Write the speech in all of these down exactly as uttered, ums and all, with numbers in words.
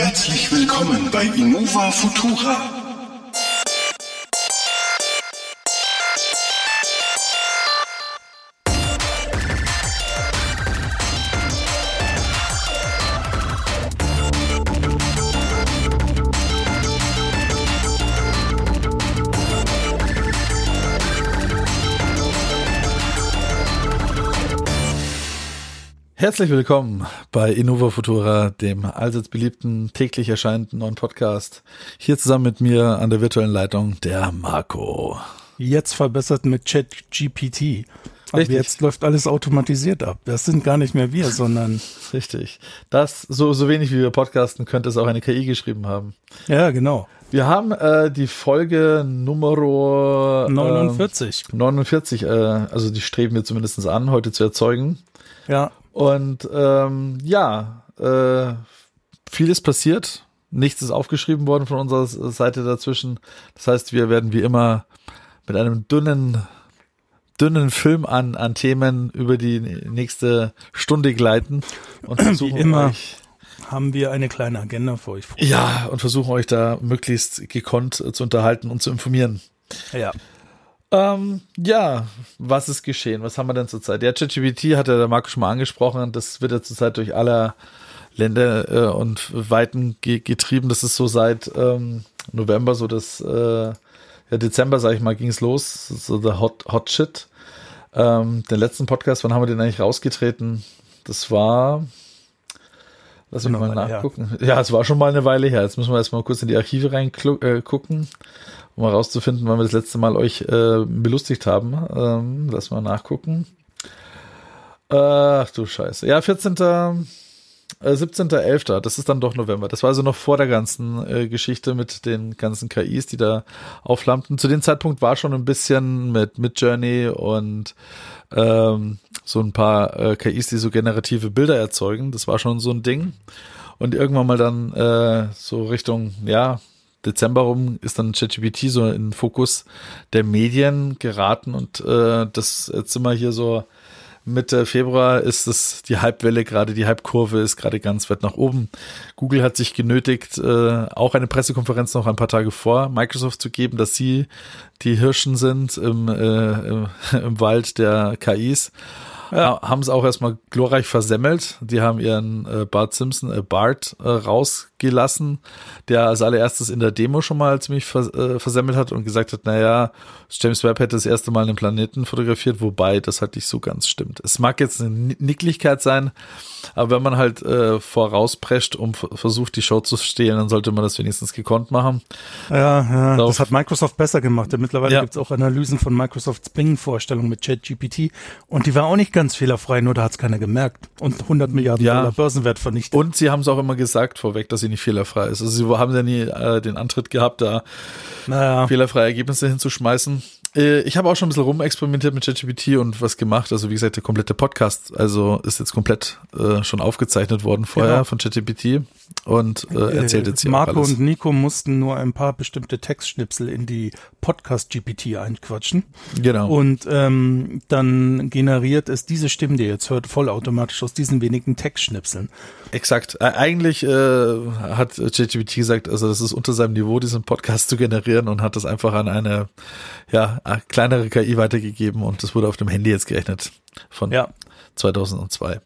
Herzlich willkommen bei Innova Futura. Herzlich willkommen bei Innova Futura, dem allseits beliebten, täglich erscheinenden neuen Podcast. Hier zusammen mit mir an der virtuellen Leitung der Marco. Jetzt verbessert mit ChatGPT. Aber Richtig. Jetzt läuft alles automatisiert ab. Das sind gar nicht mehr wir, sondern... Richtig. Das, so, so wenig wie wir podcasten, könnte es auch eine K I geschrieben haben. Ja, genau. Wir haben äh, die Folge Nummer äh, neunundvierzig. neunundvierzig, äh, also die streben wir zumindest an, heute zu erzeugen. Ja. Und ähm, ja, äh, vieles passiert. Nichts ist aufgeschrieben worden von unserer Seite dazwischen. Das heißt, wir werden wie immer mit einem dünnen, dünnen Film an, an Themen über die nächste Stunde gleiten. Und versuchen wie immer euch, haben wir eine kleine Agenda für euch. Ja, und versuchen euch da möglichst gekonnt äh, zu unterhalten und zu informieren. Ja. Ähm, ja, was ist geschehen? Was haben wir denn zurzeit? Ja, ChatGPT hat ja der Marco schon mal angesprochen. Das wird ja zurzeit durch alle Länder äh, und Weiten ge- getrieben. Das ist so seit ähm, November, so das äh, ja, Dezember, sag ich mal, ging es los. So der Hot, Hot Shit. Ähm, den letzten Podcast, wann haben wir den eigentlich rausgetreten? Das war... Lass mich mal nachgucken. Her. Ja, es war schon mal eine Weile her. Jetzt müssen wir erstmal kurz in die Archive reingucken, um mal rauszufinden, wann wir das letzte Mal euch äh, belustigt haben. Ähm, lass mal nachgucken. Ach du Scheiße. Ja, vierzehnter Äh, siebzehnter elfter Das ist dann doch November. Das war also noch vor der ganzen äh, Geschichte mit den ganzen K Is, die da aufflammten. Zu dem Zeitpunkt war schon ein bisschen mit Midjourney und ähm, so ein paar äh, K Is, die so generative Bilder erzeugen. Das war schon so ein Ding. Und irgendwann mal dann äh, so Richtung, ja, Dezember rum ist dann ChatGPT so in den Fokus der Medien geraten und äh, das jetzt sind wir hier so Mitte Februar ist es die Hypewelle, gerade die Hypekurve ist gerade ganz weit nach oben. Google hat sich genötigt, äh, auch eine Pressekonferenz noch ein paar Tage vor Microsoft zu geben, dass sie die Hirschen sind im, äh, im, im Wald der K Is. Ja. Haben es auch erstmal glorreich versemmelt. Die haben ihren äh, Bart Simpson, äh, Bart, äh, rausgelassen, der als allererstes in der Demo schon mal ziemlich vers- äh, versemmelt hat und gesagt hat, naja, James Webb hätte das erste Mal einen Planeten fotografiert, wobei das halt nicht so ganz stimmt. Es mag jetzt eine Nicklichkeit sein, aber wenn man halt äh, vorausprescht und f- versucht, die Show zu stehlen, dann sollte man das wenigstens gekonnt machen. Ja, ja Darauf, das hat Microsoft besser gemacht. Denn mittlerweile ja. gibt es auch Analysen von Microsofts Bing-Vorstellung mit ChatGPT und die war auch nicht ganz fehlerfrei, nur da hat es keiner gemerkt und hundert Milliarden ja. Dollar Börsenwert vernichtet. Und sie haben es auch immer gesagt vorweg, dass sie nicht fehlerfrei ist. Also sie haben ja nie äh, den Antritt gehabt, da naja. fehlerfreie Ergebnisse hinzuschmeißen. Äh, ich habe auch schon ein bisschen rumexperimentiert mit ChatGPT und was gemacht. Also wie gesagt, der komplette Podcast also ist jetzt komplett äh, schon aufgezeichnet worden vorher genau. von ChatGPT und äh, erzählt jetzt hier Marco auch alles. und Nico mussten nur ein paar bestimmte Textschnipsel in die Podcast-G P T einquatschen. Genau. Und ähm, dann generiert es diese Stimmen, die ihr jetzt hört, vollautomatisch aus diesen wenigen Textschnipseln. Exakt. Äh, eigentlich äh, hat ChatGPT gesagt, also das ist unter seinem Niveau, diesen Podcast zu generieren und hat das einfach an eine ja kleinere K I weitergegeben und das wurde auf dem Handy jetzt gerechnet von ja. zweitausendzwei.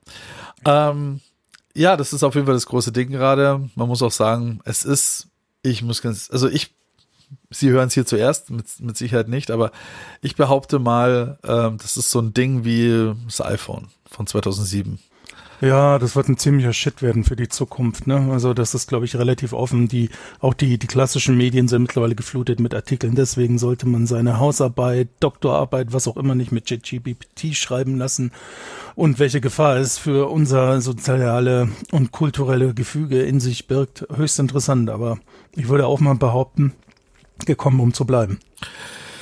Ähm, ja, das ist auf jeden Fall das große Ding gerade. Man muss auch sagen, es ist, ich muss ganz, also ich, Sie hören es hier zuerst, mit, mit Sicherheit nicht, aber ich behaupte mal, ähm, das ist so ein Ding wie das iPhone von zweitausendsieben. Ja, das wird ein ziemlicher Shit werden für die Zukunft, ne? Also das ist, glaube ich, relativ offen. Die auch die die klassischen Medien sind mittlerweile geflutet mit Artikeln. Deswegen sollte man seine Hausarbeit, Doktorarbeit, was auch immer nicht mit ChatGPT schreiben lassen. Und welche Gefahr es für unser soziale und kulturelle Gefüge in sich birgt, höchst interessant. Aber ich würde auch mal behaupten, gekommen, um zu bleiben.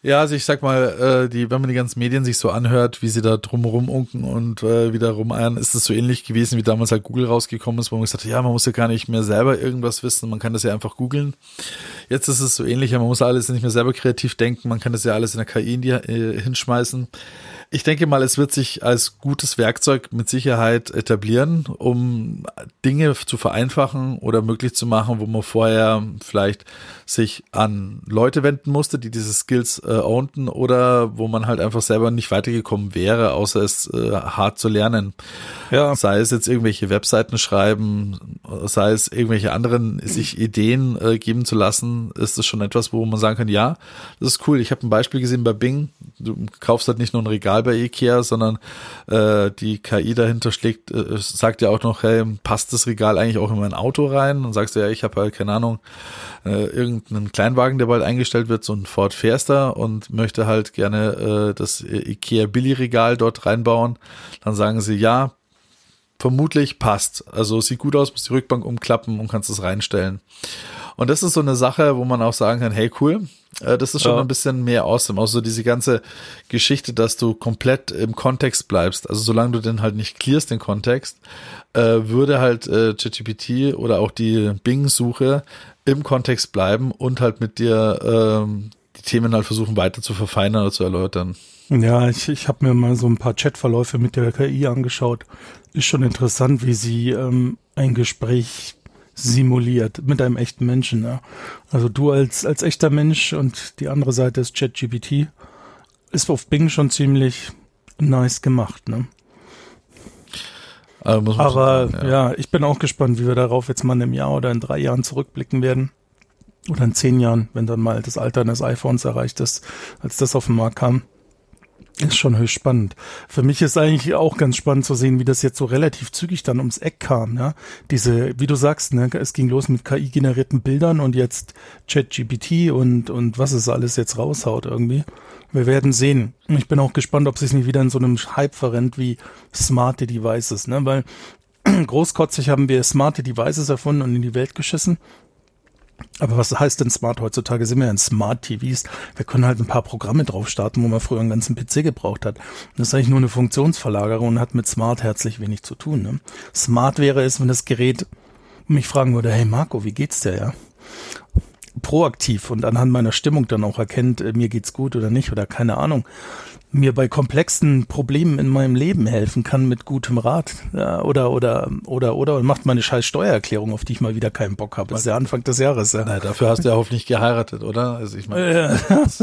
Ja, also ich sag mal, äh, die, wenn man die ganzen Medien sich so anhört, wie sie da drumherum unken und äh, wieder rumeiern, ist es so ähnlich gewesen, wie damals halt Google rausgekommen ist, wo man gesagt hat, ja, man muss ja gar nicht mehr selber irgendwas wissen, man kann das ja einfach googeln. Jetzt ist es so ähnlich, man muss alles nicht mehr selber kreativ denken, man kann das ja alles in der K I in die, äh, hinschmeißen. Ich denke mal, es wird sich als gutes Werkzeug mit Sicherheit etablieren, um Dinge zu vereinfachen oder möglich zu machen, wo man vorher vielleicht sich an Leute wenden musste, die diese Skills äh, ownten, oder wo man halt einfach selber nicht weitergekommen wäre, außer es äh, hart zu lernen. Ja. Sei es jetzt irgendwelche Webseiten schreiben, sei es irgendwelche anderen sich Ideen äh, geben zu lassen, ist das schon etwas, wo man sagen kann, ja, das ist cool. Ich habe ein Beispiel gesehen bei Bing. Du kaufst halt nicht nur ein Regal bei Ikea, sondern äh, die K I dahinter schlägt, äh, sagt ja auch noch, hey, passt das Regal eigentlich auch in mein Auto rein? Und sagst du, ja, ich habe halt, keine Ahnung, äh, irgendeinen Kleinwagen, der bald eingestellt wird, so ein Ford Fiesta, und möchte halt gerne äh, das Ikea Billigregal dort reinbauen. Dann sagen sie, ja, vermutlich passt. Also sieht gut aus, muss die Rückbank umklappen und kannst es reinstellen. Und das ist so eine Sache, wo man auch sagen kann, hey, cool, äh, das ist schon ja. ein bisschen mehr awesome. Also diese ganze Geschichte, dass du komplett im Kontext bleibst. Also solange du den halt nicht clearst, den Kontext, äh, würde halt äh, ChatGPT oder auch die Bing-Suche im Kontext bleiben und halt mit dir ähm, die Themen halt versuchen weiter zu verfeinern oder zu erläutern. Ja, ich, ich habe mir mal so ein paar Chatverläufe mit der K I angeschaut. Ist schon interessant, wie sie ähm, ein Gespräch simuliert mit einem echten Menschen. Ja. Also du als als echter Mensch und die andere Seite ist ChatGPT. Ist auf Bing schon ziemlich nice gemacht, ne? Also muss man Aber sagen, ja. ja, ich bin auch gespannt, wie wir darauf jetzt mal in einem Jahr oder in drei Jahren zurückblicken werden. Oder in zehn Jahren, wenn dann mal das Alter eines iPhones erreicht ist, als das auf den Markt kam. Ist schon höchst spannend. Für mich ist eigentlich auch ganz spannend zu sehen, wie das jetzt so relativ zügig dann ums Eck kam, ja. Diese, wie du sagst, ne, es ging los mit K I-generierten Bildern und jetzt ChatGPT und, und was es alles jetzt raushaut irgendwie. Wir werden sehen. Ich bin auch gespannt, ob es sich nicht wieder in so einem Hype verrennt wie smarte Devices, ne, weil großkotzig haben wir smarte Devices erfunden und in die Welt geschissen. Aber was heißt denn smart heutzutage? Sind wir ja in Smart-T Vs. Wir können halt ein paar Programme drauf starten, wo man früher einen ganzen P C gebraucht hat. Das ist eigentlich nur eine Funktionsverlagerung und hat mit Smart herzlich wenig zu tun. Ne? Smart wäre es, wenn das Gerät mich fragen würde, hey Marco, wie geht's dir, ja? Proaktiv und anhand meiner Stimmung dann auch erkennt, mir geht's gut oder nicht oder keine Ahnung, mir bei komplexen Problemen in meinem Leben helfen kann mit gutem Rat, ja, oder oder oder oder und macht meine scheiß Steuererklärung, auf die ich mal wieder keinen Bock habe. Das ist ja Anfang des Jahres. Ja. Na, dafür hast du ja hoffentlich geheiratet, oder? Also ich meine, ja, das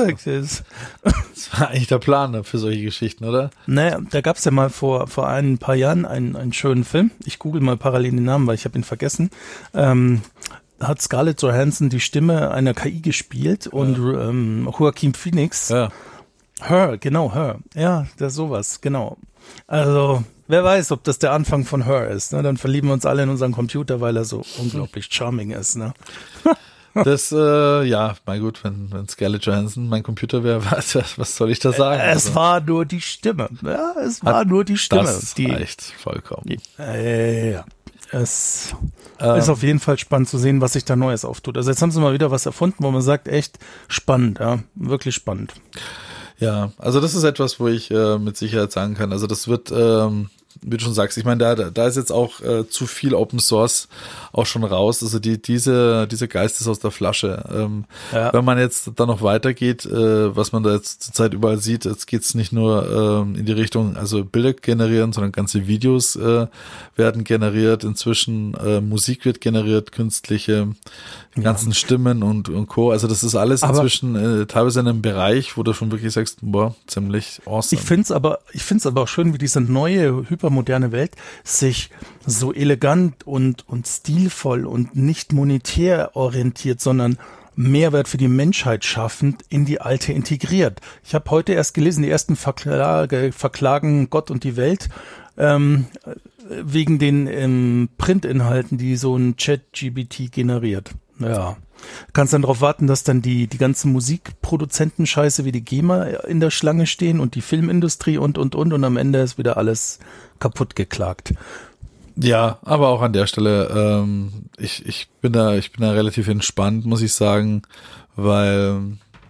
war eigentlich der Plan für solche Geschichten, oder? Naja, da gab's ja mal vor vor ein paar Jahren einen einen schönen Film. Ich google mal parallel den Namen, weil ich habe ihn vergessen. Ähm, hat Scarlett Johansson die Stimme einer K I gespielt und ja. ähm, Joaquin Phoenix. Ja. Her, genau, Her. Ja, das sowas, genau. Also, wer weiß, ob das der Anfang von Her ist. Ne? Dann verlieben wir uns alle in unseren Computer, weil er so unglaublich charming ist. Ne? Das, äh, ja, mein gut, wenn, wenn Scarlett Johansson mein Computer wäre, was, was soll ich da sagen? Es also, war nur die Stimme. Ja, es war nur die Stimme. Das die, reicht vollkommen. Äh, ja. Es ähm, ist auf jeden Fall spannend zu sehen, was sich da Neues auftut. Also jetzt haben sie mal wieder was erfunden, wo man sagt, echt spannend, ja, wirklich spannend. Ja, also das ist etwas, wo ich äh, mit Sicherheit sagen kann. Also das wird, ähm, wie du schon sagst, ich meine, da, da ist jetzt auch äh, zu viel Open Source auch schon raus. Also die, diese, dieser Geist ist aus der Flasche. Ähm, ja. Wenn man jetzt da noch weitergeht, äh, was man da jetzt zurzeit überall sieht, jetzt geht's nicht nur ähm, in die Richtung, also Bilder generieren, sondern ganze Videos äh, werden generiert. Inzwischen äh, Musik wird generiert, künstliche, die ganzen ja. Stimmen und, und Co. Also das ist alles aber inzwischen äh, teilweise in einem Bereich, wo du schon wirklich sagst, boah, ziemlich awesome. Ich find's aber, ich find's aber auch schön, wie diese neue, hypermoderne Welt sich so elegant und, und stilvoll und nicht monetär orientiert, sondern Mehrwert für die Menschheit schaffend in die alte integriert. Ich habe heute erst gelesen, die ersten Verklage, verklagen Gott und die Welt ähm, wegen den ähm, Printinhalten, die so ein ChatGPT generiert. Ja. Kannst dann darauf warten, dass dann die die ganzen Musikproduzenten-Scheiße wie die GEMA in der Schlange stehen und die Filmindustrie und und und und am Ende ist wieder alles kaputt geklagt. Ja, aber auch an der Stelle, ähm, ich ich bin da ich bin da relativ entspannt, muss ich sagen, weil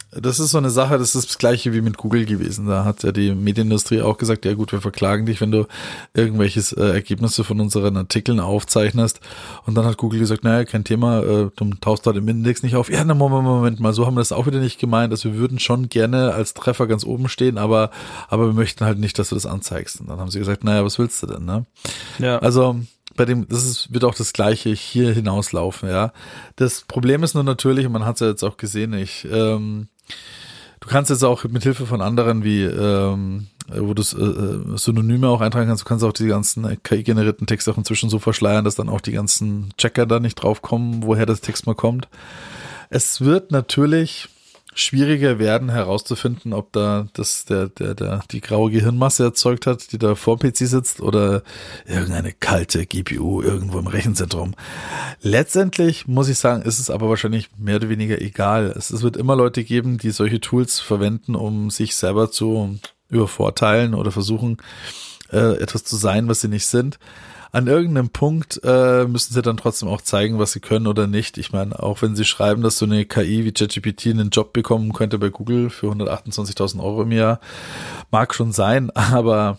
Das ist so eine Sache, das ist das Gleiche wie mit Google gewesen. Da hat ja die Medienindustrie auch gesagt, ja gut, wir verklagen dich, wenn du irgendwelches äh, Ergebnisse von unseren Artikeln aufzeichnest. Und dann hat Google gesagt, naja, kein Thema, äh, du tauchst dort im Index nicht auf. Ja, na, Moment, Moment mal, so haben wir das auch wieder nicht gemeint. Also wir würden schon gerne als Treffer ganz oben stehen, aber aber wir möchten halt nicht, dass du das anzeigst. Und dann haben sie gesagt, naja, was willst du denn, ne? Ja. Also bei dem, das ist, wird auch das Gleiche hier hinauslaufen, ja. Das Problem ist nur natürlich, und man hat es ja jetzt auch gesehen, ich, ähm, du kannst jetzt auch mit Hilfe von anderen wie, ähm, wo du äh, Synonyme auch eintragen kannst, du kannst auch die ganzen K I-generierten Texte auch inzwischen so verschleiern, dass dann auch die ganzen Checker da nicht drauf kommen, woher das Text mal kommt. Es wird natürlich schwieriger werden herauszufinden, ob da das der der der die graue Gehirnmasse erzeugt hat, die da vor dem P C sitzt, oder irgendeine kalte G P U irgendwo im Rechenzentrum. Letztendlich muss ich sagen, ist es aber wahrscheinlich mehr oder weniger egal. Es, es wird immer Leute geben, die solche Tools verwenden, um sich selber zu übervorteilen oder versuchen, äh, etwas zu sein, was sie nicht sind. An irgendeinem Punkt äh, müssen sie dann trotzdem auch zeigen, was sie können oder nicht. Ich meine, auch wenn sie schreiben, dass so eine K I wie ChatGPT einen Job bekommen könnte bei Google für hundertachtundzwanzigtausend Euro im Jahr, mag schon sein, aber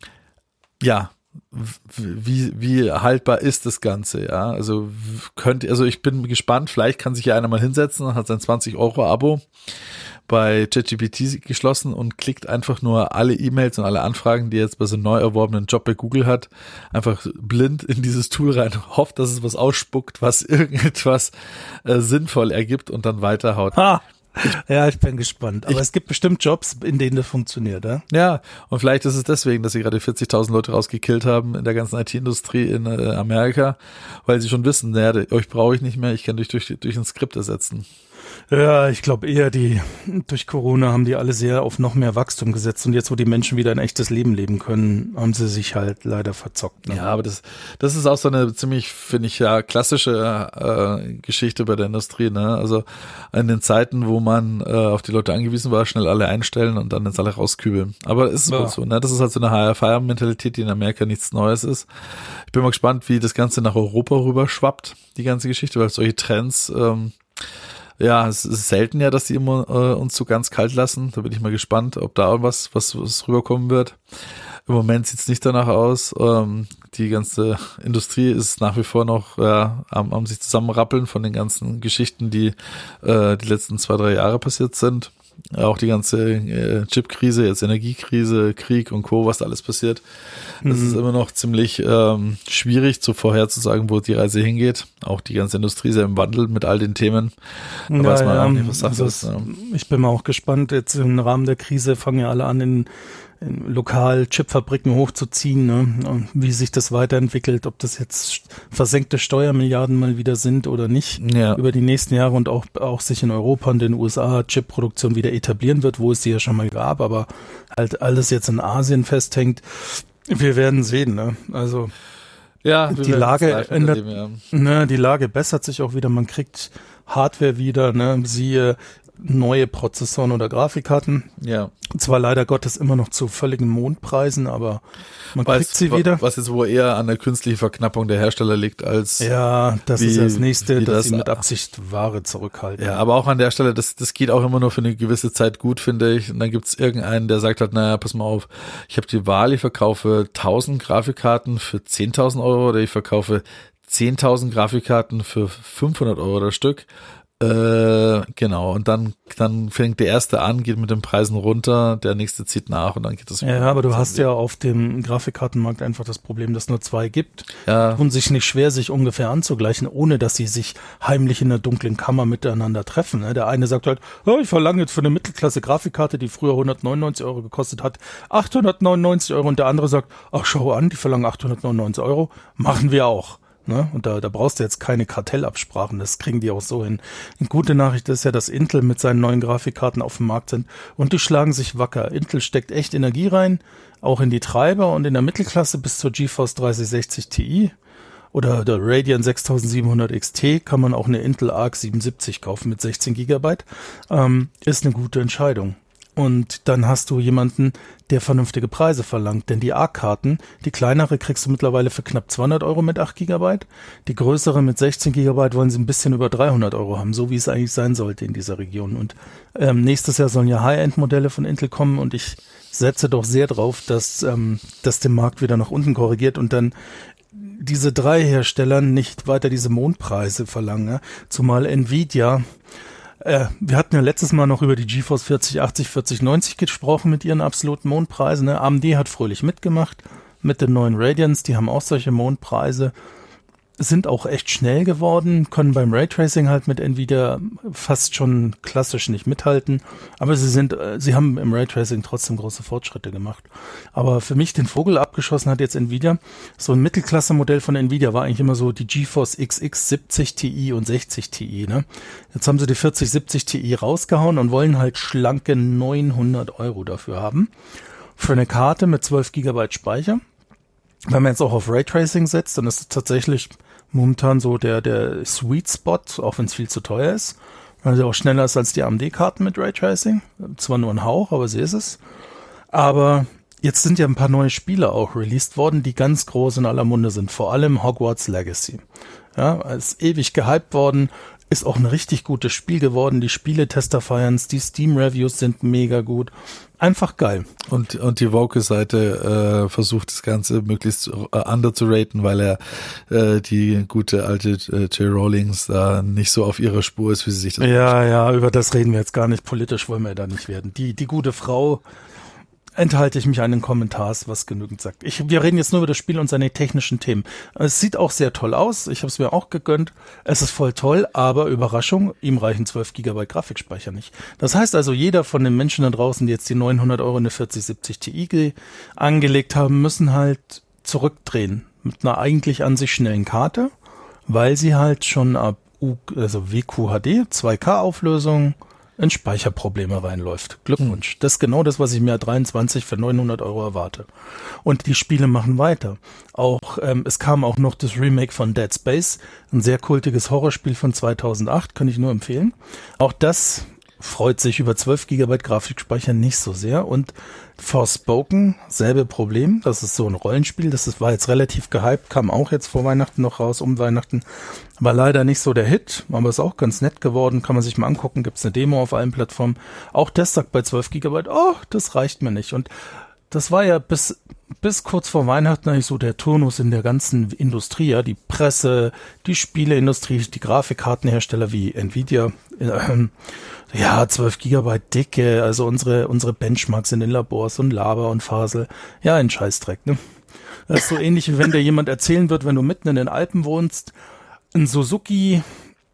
ja, wie wie haltbar ist das Ganze, ja? Also könnt, also ich bin gespannt, vielleicht kann sich ja einer mal hinsetzen und hat sein zwanzig Euro Abo bei ChatGPT geschlossen und klickt einfach nur alle E-Mails und alle Anfragen, die er jetzt bei so einem neu erworbenen Job bei Google hat, einfach blind in dieses Tool rein, hofft, dass es was ausspuckt, was irgendetwas äh, sinnvoll ergibt und dann weiterhaut. Ha! Ja, ich bin gespannt. Aber ich, es gibt bestimmt Jobs, in denen das funktioniert, ja? Ja, und vielleicht ist es deswegen, dass sie gerade vierzigtausend Leute rausgekillt haben in der ganzen I T-Industrie in äh, Amerika, weil sie schon wissen, naja, euch brauche ich nicht mehr, ich kann euch durch, durch ein Skript ersetzen. Ja, ich glaube eher, die durch Corona haben die alle sehr auf noch mehr Wachstum gesetzt, und jetzt, wo die Menschen wieder ein echtes Leben leben können, haben sie sich halt leider verzockt. Ne? Ja, aber das das ist auch so eine ziemlich, finde ich, ja klassische äh, Geschichte bei der Industrie. Ne? Also in den Zeiten, wo man äh, auf die Leute angewiesen war, schnell alle einstellen und dann jetzt alle rauskübeln. Aber es ist ja wohl so. Ne? Das ist halt so eine H R Feierabend-Mentalität, die in Amerika nichts Neues ist. Ich bin mal gespannt, wie das Ganze nach Europa rüber schwappt, die ganze Geschichte, weil solche Trends ähm, ja, es ist selten ja, dass die immer äh, uns so ganz kalt lassen. Da bin ich mal gespannt, ob da was, was, was rüberkommen wird. Im Moment sieht's nicht danach aus. Ähm, die ganze Industrie ist nach wie vor noch ja, am, am sich zusammenrappeln von den ganzen Geschichten, die äh, die letzten zwei, drei Jahre passiert sind. Auch die ganze äh, Chip-Krise, jetzt Energiekrise, Krieg und Co., was da alles passiert. Das mhm. ist immer noch ziemlich ähm, schwierig, zu vorherzusagen, wo die Reise hingeht. Auch die ganze Industrie ist ja im Wandel mit all den Themen. Da ja, weiß man ja, auch nicht, was Sache also ist. Ja. Ich bin mal auch gespannt. Jetzt im Rahmen der Krise fangen ja alle an, in lokal Chipfabriken hochzuziehen, ne? Und wie sich das weiterentwickelt, ob das jetzt versenkte Steuermilliarden mal wieder sind oder nicht, ja. über die nächsten Jahre, und auch auch sich in Europa und den U S A Chipproduktion wieder etablieren wird, wo es die ja schon mal gab, aber halt alles jetzt in Asien festhängt. Wir werden sehen, ne? Also ja, die Lage ändert, dem, ja. ne, die Lage bessert sich auch wieder, man kriegt Hardware wieder, ne? Siehe neue Prozessoren oder Grafikkarten. Ja. Zwar leider Gottes immer noch zu völligen Mondpreisen, aber man Weiß, kriegt sie wieder. Was jetzt wohl eher an der künstlichen Verknappung der Hersteller liegt, als ja, das wie, ist das Nächste, dass das sie mit Absicht Ware zurückhalten. Ja, aber auch an der Stelle, das das geht auch immer nur für eine gewisse Zeit gut, finde ich. Und dann gibt's irgendeinen, der sagt halt, naja, pass mal auf, ich habe die Wahl, ich verkaufe tausend Grafikkarten für zehntausend Euro oder ich verkaufe zehntausend Grafikkarten für fünfhundert Euro das Stück. Äh, genau, und dann dann fängt der erste an, geht mit den Preisen runter, der nächste zieht nach und dann geht das wieder. Ja, aber du hast ja auf dem Grafikkartenmarkt einfach das Problem, dass es nur zwei gibt. Ja. Und sich nicht schwer, sich ungefähr anzugleichen, ohne dass sie sich heimlich in der dunklen Kammer miteinander treffen. Der eine sagt halt, oh, ich verlange jetzt für eine Mittelklasse-Grafikkarte, die früher hundertneunundneunzig Euro gekostet hat, achthundertneunundneunzig Euro, und der andere sagt, ach, schau an, die verlangen achthundertneunundneunzig Euro, machen wir auch. Ne? Und da, da brauchst du jetzt keine Kartellabsprachen, das kriegen die auch so hin. Eine gute Nachricht ist ja, dass Intel mit seinen neuen Grafikkarten auf dem Markt sind und die schlagen sich wacker. Intel steckt echt Energie rein, auch in die Treiber, und in der Mittelklasse bis zur GeForce dreißig sechzig Ti oder der Radeon sechstausendsiebenhundert X T kann man auch eine Intel Arc siebenundsiebzig kaufen mit sechzehn Gigabyte. Ähm, ist eine gute Entscheidung. Und dann hast du jemanden, der vernünftige Preise verlangt. Denn die A-Karten, die kleinere kriegst du mittlerweile für knapp zweihundert Euro mit acht Gigabyte. Die größere mit sechzehn Gigabyte wollen sie ein bisschen über dreihundert Euro haben, so wie es eigentlich sein sollte in dieser Region. Und ähm, nächstes Jahr sollen ja High-End-Modelle von Intel kommen und ich setze doch sehr drauf, dass ähm, das den Markt wieder nach unten korrigiert und dann diese drei Hersteller nicht weiter diese Mondpreise verlangen. Ja? Zumal Nvidia... Äh, wir hatten ja letztes Mal noch über die GeForce vierzig achtzig, vierzig neunzig gesprochen mit ihren absoluten Mondpreisen. Ne? A M D hat fröhlich mitgemacht mit den neuen Radeons, die haben auch solche Mondpreise, sind auch echt schnell geworden, können beim Raytracing halt mit Nvidia fast schon klassisch nicht mithalten, aber sie sind, sie haben im Raytracing trotzdem große Fortschritte gemacht. Aber für mich den Vogel abgeschossen hat jetzt Nvidia. So ein Mittelklasse-Modell von Nvidia war eigentlich immer so die GeForce X X siebzig Ti und sechzig Ti. Ne? Jetzt haben sie die vierzig siebzig Ti rausgehauen und wollen halt schlanke neunhundert Euro dafür haben. Für eine Karte mit zwölf Gigabyte Speicher. Wenn man jetzt auch auf Raytracing setzt, dann ist es tatsächlich momentan so der der Sweet Spot, auch wenn es viel zu teuer ist, weil sie auch schneller ist als die A M D-Karten mit Raytracing. Zwar nur ein Hauch, aber sie ist es. Aber jetzt sind ja ein paar neue Spiele auch released worden, die ganz groß in aller Munde sind. Vor allem Hogwarts Legacy. Ja, ist ewig gehypt worden, ist auch ein richtig gutes Spiel geworden. Die Spieletester feiern's, die Steam-Reviews sind mega gut. Einfach geil. Und und die Woke-Seite äh, versucht das Ganze möglichst äh, under zu raten, weil er äh, die gute alte äh, J. Rowlings da nicht so auf ihrer Spur ist, wie sie sich das Ja, vorstellen. Ja, über das reden wir jetzt gar nicht. Politisch wollen wir da nicht werden. Die die gute Frau enthalte ich mich einen Kommentars, was genügend sagt. Ich, wir reden jetzt nur über das Spiel und seine technischen Themen. Es sieht auch sehr toll aus. Ich habe es mir auch gegönnt. Es ist voll toll, aber Überraschung, ihm reichen zwölf Gigabyte Grafikspeicher nicht. Das heißt also, jeder von den Menschen da draußen, die jetzt die neunhundert Euro in eine vierzig siebzig Ti angelegt haben, müssen halt zurückdrehen mit einer eigentlich an sich schnellen Karte, weil sie halt schon ab U, also W Q H D, zwei K Auflösung, in Speicherprobleme reinläuft. Glückwunsch. Das ist genau das, was ich mir dreiundzwanzig für neunhundert Euro erwarte. Und die Spiele machen weiter. Auch ähm, es kam auch noch das Remake von Dead Space, ein sehr kultiges Horrorspiel von zweitausendacht, kann ich nur empfehlen. Auch das freut sich über zwölf Gigabyte Grafikspeicher nicht so sehr. Und Forspoken, selbe Problem. Das ist so ein Rollenspiel. Das ist, war jetzt relativ gehypt, kam auch jetzt vor Weihnachten noch raus, um Weihnachten. War leider nicht so der Hit, aber ist auch ganz nett geworden. Kann man sich mal angucken. Gibt's eine Demo auf allen Plattformen. Auch das sagt bei zwölf Gigabyte, oh, das reicht mir nicht. Und das war ja bis bis kurz vor Weihnachten eigentlich so der Turnus in der ganzen Industrie, ja, die Presse, die Spieleindustrie, die Grafikkartenhersteller wie Nvidia, äh, ja, zwölf Gigabyte dicke, also unsere unsere Benchmarks in den Labors und Laber und Fasel, ja, ein Scheißdreck, ne? Das ist so ähnlich, wie wenn dir jemand erzählen wird, wenn du mitten in den Alpen wohnst, ein Suzuki,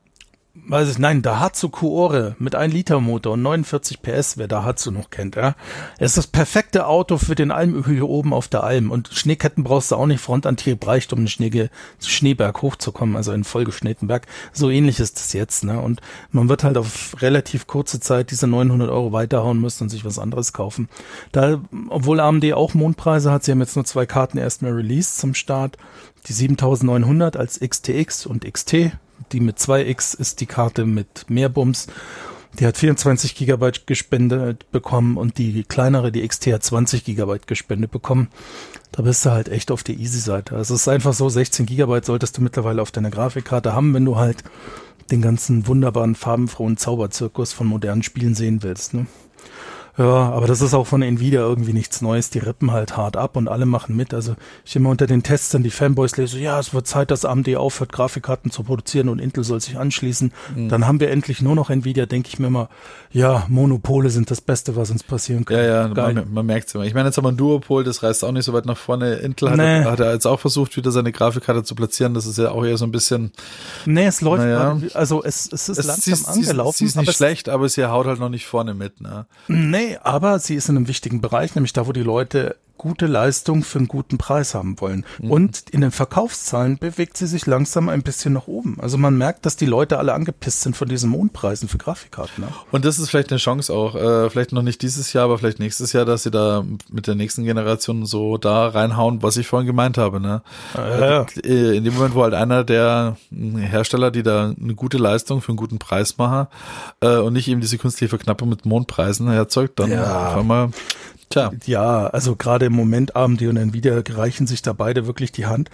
weiß ich, nein, Daihatsu Kuore mit ein Liter Motor und neunundvierzig P S, wer Daihatsu noch kennt, ja. Es ist das perfekte Auto für den Almhügel hier oben auf der Alm. Und Schneeketten brauchst du auch nicht, Frontantrieb reicht, um den Schnee, Schneeberg hochzukommen, also einen vollgeschneeten Berg. So ähnlich ist das jetzt, ne. Und man wird halt auf relativ kurze Zeit diese neunhundert Euro weiterhauen müssen und sich was anderes kaufen. Da, obwohl A M D auch Mondpreise hat, sie haben jetzt nur zwei Karten erstmal released zum Start. Die siebentausendneunhundert als X T X und X T. Die mit zwei X ist die Karte mit mehr Bums. Die hat vierundzwanzig Gigabyte gespendet bekommen und die kleinere, die X T, hat zwanzig Gigabyte gespendet bekommen. Da bist du halt echt auf der Easy-Seite. Also es ist einfach so, sechzehn Gigabyte solltest du mittlerweile auf deiner Grafikkarte haben, wenn du halt den ganzen wunderbaren, farbenfrohen Zauberzirkus von modernen Spielen sehen willst, ne? Ja, aber das ist auch von Nvidia irgendwie nichts Neues. Die rippen halt hart ab und alle machen mit. Also ich immer unter den Testern die Fanboys lese, ja, es wird Zeit, dass A M D aufhört, Grafikkarten zu produzieren und Intel soll sich anschließen. Mhm. Dann haben wir endlich nur noch Nvidia, denke ich mir mal, ja, Monopole sind das Beste, was uns passieren kann. Ja, ja, man, man merkt es immer. Ich meine, jetzt haben wir ein Duopol, das reißt auch nicht so weit nach vorne. Intel hat, nee. hat er jetzt auch versucht, wieder seine Grafikkarte zu platzieren. Das ist ja auch eher so ein bisschen... Nee, es läuft, naja. grad, also es, es ist es, langsam sie, angelaufen. Sie ist nicht aber schlecht, aber sie haut halt noch nicht vorne mit, ne? Nee, aber sie ist in einem wichtigen Bereich, nämlich da, wo die Leute gute Leistung für einen guten Preis haben wollen. Mhm. Und in den Verkaufszahlen bewegt sie sich langsam ein bisschen nach oben. Also man merkt, dass die Leute alle angepisst sind von diesen Mondpreisen für Grafikkarten. Ne? Und das ist vielleicht eine Chance auch, äh, vielleicht noch nicht dieses Jahr, aber vielleicht nächstes Jahr, dass sie da mit der nächsten Generation so da reinhauen, was ich vorhin gemeint habe. Ne? Ja, ja. In dem Moment, wo halt einer der Hersteller, die da eine gute Leistung für einen guten Preis machen äh, und nicht eben diese künstliche Verknappung mit Mondpreisen erzeugt, dann ja. auf einmal... Tja. Ja, also gerade im Moment A M D und Nvidia reichen sich da beide wirklich die Hand.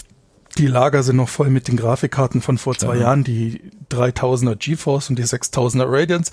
Die Lager sind noch voll mit den Grafikkarten von vor zwei ja. Jahren, die dreitausender GeForce und die sechstausender Radeons.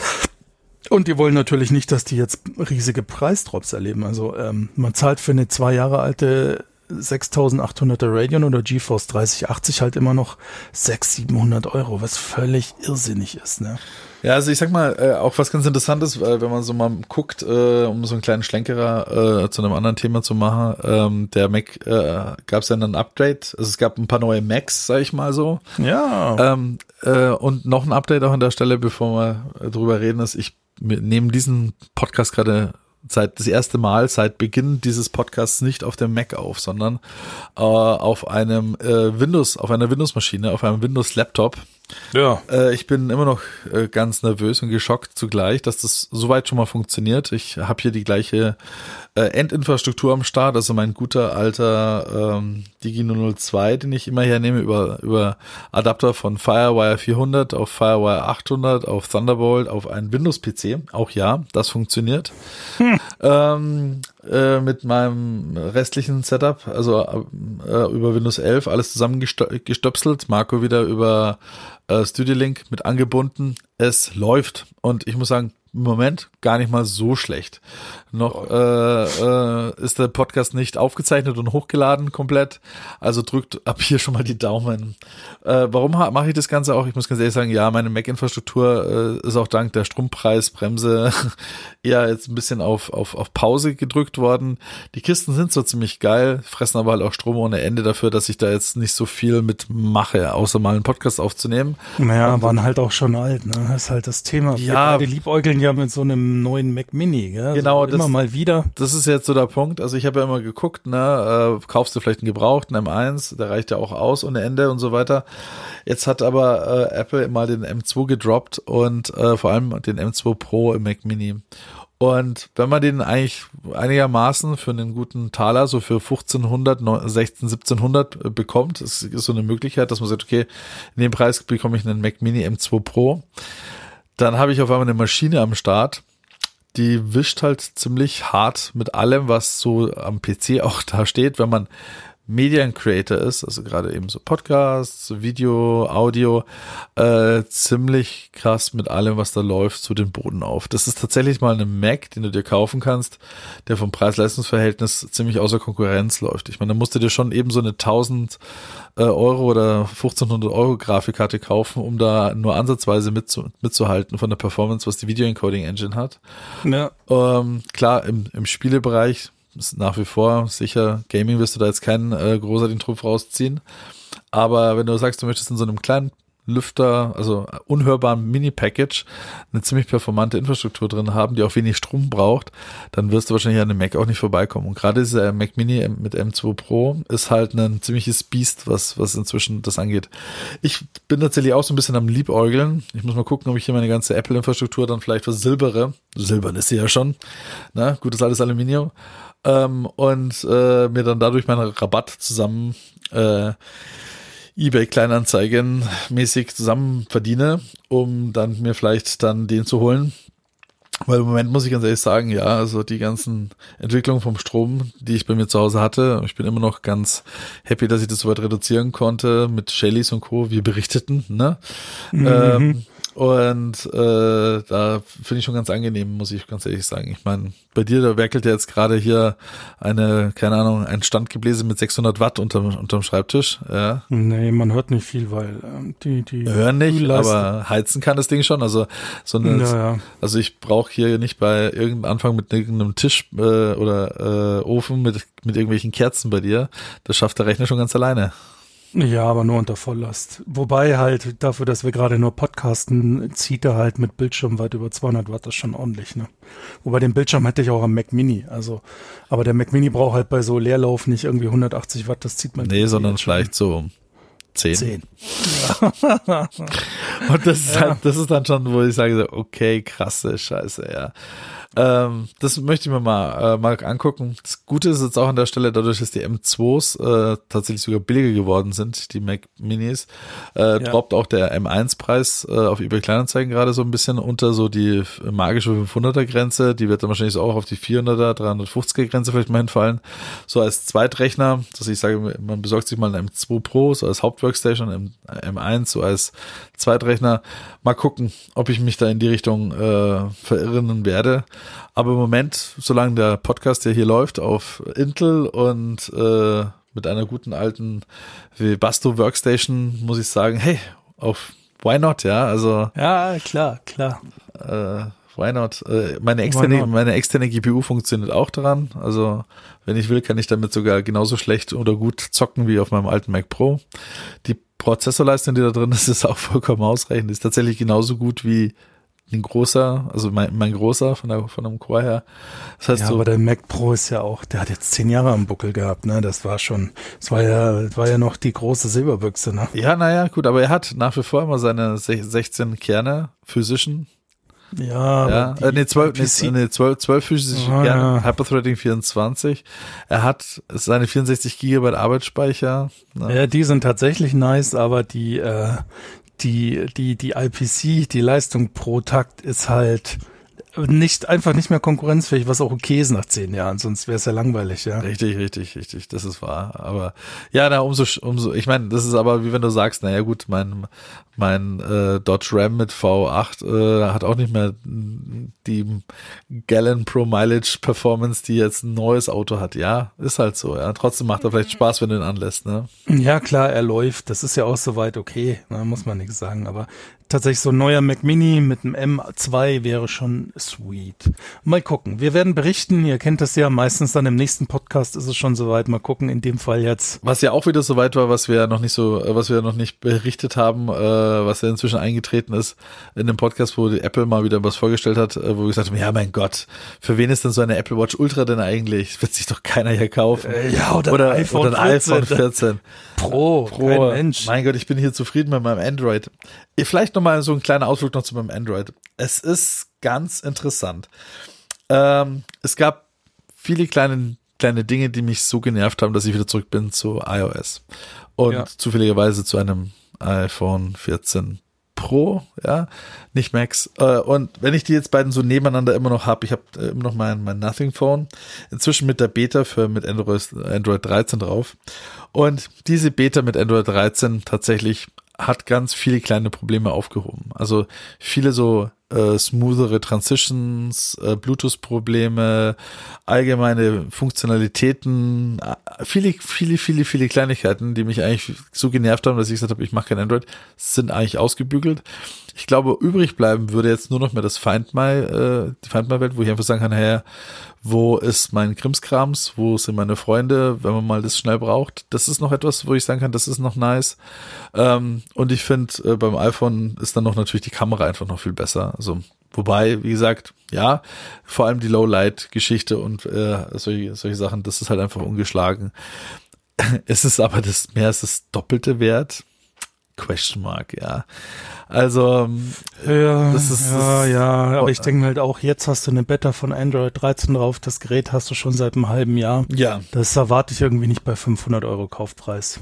Und die wollen natürlich nicht, dass die jetzt riesige Preisdrops erleben. Also ähm, man zahlt für eine zwei Jahre alte sechstausendachthunderter Radeon oder GeForce dreißig achtzig halt immer noch sechshundert, siebenhundert Euro, was völlig irrsinnig ist, ne? Ja, also ich sag mal, äh, auch was ganz Interessantes, weil wenn man so mal guckt, äh, um so einen kleinen Schlenkerer äh, zu einem anderen Thema zu machen, ähm, der Mac, äh, gab es dann ein Update, also es gab ein paar neue Macs, sag ich mal so. Ja. Ähm, äh, und noch ein Update auch an der Stelle, bevor wir drüber reden, ist, ich nehme diesen Podcast gerade seit das erste Mal seit Beginn dieses Podcasts nicht auf dem Mac auf, sondern äh, auf einem äh, Windows, auf einer Windows-Maschine, auf einem Windows-Laptop. Ja. Äh, ich bin immer noch äh, ganz nervös und geschockt zugleich, dass das soweit schon mal funktioniert. Ich habe hier die gleiche äh, Endinfrastruktur am Start, also mein guter alter ähm, Digi null null zwei, den ich immer hernehme über über Adapter von FireWire vierhundert auf FireWire achthundert auf Thunderbolt auf einen Windows-P C. Auch ja, das funktioniert. Hm. Ähm, äh, mit meinem restlichen Setup, also äh, über Windows elf, alles zusammengestöpselt. Marco wieder über äh, Studio Link mit angebunden. Es läuft und ich muss sagen, im Moment gar nicht mal so schlecht. Noch äh, äh, ist der Podcast nicht aufgezeichnet und hochgeladen komplett. Also drückt ab hier schon mal die Daumen. Äh, warum mache ich das Ganze auch? Ich muss ganz ehrlich sagen, ja, meine Mac-Infrastruktur äh, ist auch dank der Strompreisbremse eher jetzt ein bisschen auf, auf, auf Pause gedrückt worden. Die Kisten sind so ziemlich geil, fressen aber halt auch Strom ohne Ende dafür, dass ich da jetzt nicht so viel mit mache, außer mal einen Podcast aufzunehmen. Naja, und waren halt auch schon alt, ne? Das ist halt das Thema. Ja. Wir liebäugeln ja mit so einem neuen Mac Mini, gell? Genau, also immer das, mal wieder. Das ist jetzt so der Punkt. Also ich habe ja immer geguckt, ne, äh, kaufst du vielleicht einen gebrauchten M eins, der reicht ja auch aus ohne Ende und so weiter. Jetzt hat aber äh, Apple mal den M zwei gedroppt und äh, vor allem den M zwei Pro im Mac Mini. Und wenn man den eigentlich einigermaßen für einen guten Taler, so für fünfzehnhundert, sechzehnhundert, siebzehnhundert bekommt, das ist so eine Möglichkeit, dass man sagt, okay, in dem Preis bekomme ich einen Mac Mini M zwei Pro. Dann habe ich auf einmal eine Maschine am Start, die wischt halt ziemlich hart mit allem, was so am P C auch da steht, wenn man Median Creator ist, also gerade eben so Podcasts, Video, Audio, äh, ziemlich krass mit allem, was da läuft, zu den Boden auf. Das ist tatsächlich mal ein Mac, den du dir kaufen kannst, der vom Preis-Leistungs-Verhältnis ziemlich außer Konkurrenz läuft. Ich meine, da musst du dir schon eben so eine tausend äh, Euro oder fünfzehnhundert Euro Grafikkarte kaufen, um da nur ansatzweise mitzu- mitzuhalten von der Performance, was die Video-Encoding-Engine hat. Ja. Ähm, klar, im, im Spielebereich ist nach wie vor sicher, Gaming wirst du da jetzt keinen äh, großartigen Trumpf rausziehen. Aber wenn du sagst, du möchtest in so einem kleinen Lüfter, also unhörbaren Mini-Package, eine ziemlich performante Infrastruktur drin haben, die auch wenig Strom braucht, dann wirst du wahrscheinlich an dem Mac auch nicht vorbeikommen. Und gerade dieser Mac Mini mit M zwei Pro ist halt ein ziemliches Biest, was, was inzwischen das angeht. Ich bin tatsächlich auch so ein bisschen am Liebäugeln. Ich muss mal gucken, ob ich hier meine ganze Apple-Infrastruktur dann vielleicht versilbere. Silbern ist sie ja schon. Na, gutes altes Aluminium. Ähm, und äh, mir dann dadurch meinen Rabatt zusammen äh, eBay Kleinanzeigen mäßig zusammen verdiene, um dann mir vielleicht dann den zu holen. Weil im Moment muss ich ganz ehrlich sagen, ja, also die ganzen Entwicklungen vom Strom, die ich bei mir zu Hause hatte, ich bin immer noch ganz happy, dass ich das so weit reduzieren konnte mit Shellys und Co., wie berichteten, ne? Mhm. Ähm, und äh, da finde ich schon ganz angenehm, muss ich ganz ehrlich sagen. Ich meine, bei dir, da werkelt ja jetzt gerade hier eine, keine Ahnung, ein Standgebläse mit sechshundert Watt unterm, unterm Schreibtisch. Ja. Nee, man hört nicht viel, weil ähm, die, die hören nicht, aber heizen kann das Ding schon. Also so eine, ja, ja. also ich brauche hier nicht bei irgendeinem Anfang mit irgendeinem Tisch äh, oder äh, Ofen mit mit irgendwelchen Kerzen bei dir. Das schafft der Rechner schon ganz alleine. Ja, aber nur unter Volllast. Wobei halt dafür, dass wir gerade nur podcasten, zieht er halt mit Bildschirm weit über zweihundert Watt, das ist schon ordentlich, ne? Wobei den Bildschirm hätte ich auch am Mac Mini, also, aber der Mac Mini braucht halt bei so Leerlauf nicht irgendwie hundertachtzig Watt, das zieht man. Nee, sondern vielleicht so zehn. zehn. Ja. Und das ist halt, das ist dann schon, wo ich sage, okay, krasse Scheiße, ja. Ähm, das möchte ich mir mal, äh, mal angucken. Das Gute ist jetzt auch an der Stelle, dadurch, dass die M zwei's äh, tatsächlich sogar billiger geworden sind, die Mac Minis, äh, ja. droppt auch der M eins Preis äh, auf eBay Kleinanzeigen gerade so ein bisschen unter so die magische fünfhunderter Grenze. Die wird dann wahrscheinlich so auch auf die vierhunderter, dreihundertfünfziger Grenze vielleicht mal hinfallen. So als Zweitrechner, dass ich sage, man besorgt sich mal einen M zwei Pro, so als Hauptworkstation, M eins so als Zweitrechner. Mal gucken, ob ich mich da in die Richtung äh, verirren werde. Aber im Moment, solange der Podcast ja hier läuft auf Intel und äh, mit einer guten alten Webasto Workstation, muss ich sagen, hey, auf why not, ja, also ja, klar, klar. Äh, why not? Äh, meine externe, not? meine externe G P U funktioniert auch dran, also wenn ich will, kann ich damit sogar genauso schlecht oder gut zocken wie auf meinem alten Mac Pro. Die Prozessorleistung, die da drin ist, ist auch vollkommen ausreichend, ist tatsächlich genauso gut wie ein großer, also mein, mein großer von der, von einem Core her. Das heißt ja, so, aber der Mac Pro ist ja auch, der hat jetzt zehn Jahre am Buckel gehabt, ne? Das war schon, das war ja, das war ja noch die große Silberbüchse, ne? Ja, naja, gut, aber er hat nach wie vor immer seine sechzehn Kerne physischen. Ja, ja äh, nee, zwölf, nee, nee, zwölf, zwölf physische oh, Kerne, ja. Hyperthreading vierundzwanzig. Er hat seine vierundsechzig Gigabyte Arbeitsspeicher. Ne? Ja, die sind tatsächlich nice, aber die, äh, die, die, die I P C, die Leistung pro Takt ist halt nicht, einfach nicht mehr konkurrenzfähig, was auch okay ist nach zehn Jahren, sonst wäre es ja langweilig, ja. Richtig, richtig, richtig, das ist wahr, aber ja, na, umso, umso, ich meine, das ist aber, wie wenn du sagst, naja gut, mein, mein äh, Dodge Ram mit V acht äh, hat auch nicht mehr die Gallon Pro Mileage Performance, die jetzt ein neues Auto hat, ja, ist halt so, ja, trotzdem macht er vielleicht Spaß, wenn du ihn anlässt, ne? Ja, klar, er läuft, das ist ja auch soweit okay, da muss man nichts sagen, aber tatsächlich so ein neuer Mac Mini mit einem M zwei wäre schon sweet. Mal gucken. Wir werden berichten. Ihr kennt das ja. Meistens dann im nächsten Podcast ist es schon soweit. Mal gucken. In dem Fall jetzt. Was ja auch wieder soweit war, was wir noch nicht so, was wir noch nicht berichtet haben, äh, was ja inzwischen eingetreten ist in dem Podcast, wo die Apple mal wieder was vorgestellt hat, äh, wo wir gesagt haben, ja mein Gott, für wen ist denn so eine Apple Watch Ultra denn eigentlich? Wird sich doch keiner hier kaufen. Äh, ja, oder, oder, ein iPhone oder ein iPhone vierzehn. Pro, Pro. Kein Mensch. Mein Gott, ich bin hier zufrieden mit meinem Android. Vielleicht nochmal so ein kleiner Ausflug noch zu meinem Android. Es ist ganz interessant. Ähm, es gab viele kleine, kleine Dinge, die mich so genervt haben, dass ich wieder zurück bin zu iOS. Und ja. zufälligerweise zu einem iPhone vierzehn Pro, ja, nicht Max. Äh, und wenn ich die jetzt beiden so nebeneinander immer noch habe, ich habe äh, immer noch mein, mein Nothing Phone, inzwischen mit der Beta für mit Android, Android dreizehn drauf. Und diese Beta mit Android dreizehn tatsächlich hat ganz viele kleine Probleme aufgehoben. Also viele so äh, smoothere Transitions, äh, Bluetooth-Probleme, allgemeine Funktionalitäten, äh, viele, viele, viele, viele Kleinigkeiten, die mich eigentlich so genervt haben, dass ich gesagt habe, ich mache kein Android, sind eigentlich ausgebügelt. Ich glaube, übrig bleiben würde jetzt nur noch mehr das Find My, äh, die Find My Welt, wo ich einfach sagen kann, hey, wo ist mein Krimskrams, wo sind meine Freunde, wenn man mal das schnell braucht. Das ist noch etwas, wo ich sagen kann, das ist noch nice. Ähm, und ich finde, äh, beim iPhone ist dann noch natürlich die Kamera einfach noch viel besser. Also, wobei, wie gesagt, ja, vor allem die Low-Light-Geschichte und äh, solche, solche Sachen, das ist halt einfach ungeschlagen. Es ist aber das mehr als das Doppelte wert. Question mark, ja. Also, ja, das ist, ja, das, ja, aber ich denke halt auch, jetzt hast du eine Beta von Android dreizehn drauf, das Gerät hast du schon seit einem halben Jahr. Ja. Das erwarte ich irgendwie nicht bei fünfhundert Euro Kaufpreis.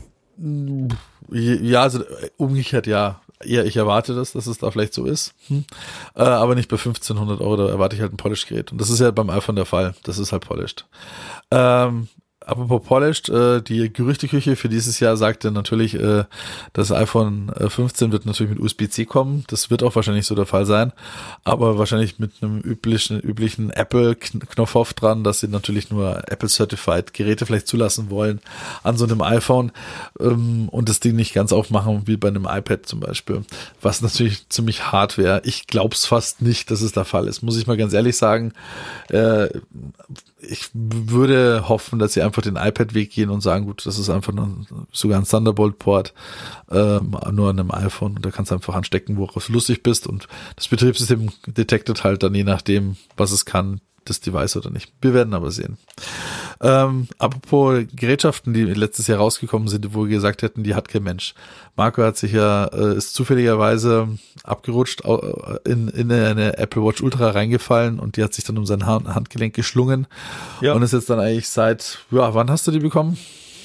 Ja, also umgekehrt, ja. Ja, ich erwarte das, dass es da vielleicht so ist, hm. äh, aber nicht bei fünfzehnhundert Euro, da erwarte ich halt ein Polished-Gerät. Und das ist ja beim iPhone der Fall, das ist halt polished. Ähm, Apropos polished, äh, die Gerüchteküche für dieses Jahr sagte natürlich, äh, das iPhone fünfzehn wird natürlich mit U S B C kommen. Das wird auch wahrscheinlich so der Fall sein, aber wahrscheinlich mit einem üblichen, üblichen Apple-Knopf auf dran, dass sie natürlich nur Apple-Certified Geräte vielleicht zulassen wollen an so einem iPhone ähm, und das Ding nicht ganz aufmachen wie bei einem iPad zum Beispiel, was natürlich ziemlich hart wäre. Ich glaub's fast nicht, dass es der Fall ist, muss ich mal ganz ehrlich sagen. Äh, ich würde hoffen, dass sie einfach einfach den iPad-Weg gehen und sagen, gut, das ist einfach nur, sogar ein Thunderbolt-Port, ähm, nur an einem iPhone und da kannst du einfach anstecken, worauf du lustig bist und das Betriebssystem detectet halt dann je nachdem, was es kann, das Device oder nicht. Wir werden aber sehen. Ähm, apropos Gerätschaften, die letztes Jahr rausgekommen sind, wo wir gesagt hätten, die hat kein Mensch. Marco hat sich ja, äh, ist zufälligerweise abgerutscht, in, in eine Apple Watch Ultra reingefallen und die hat sich dann um sein Handgelenk geschlungen ja. und ist jetzt dann eigentlich seit, ja, wann hast du die bekommen?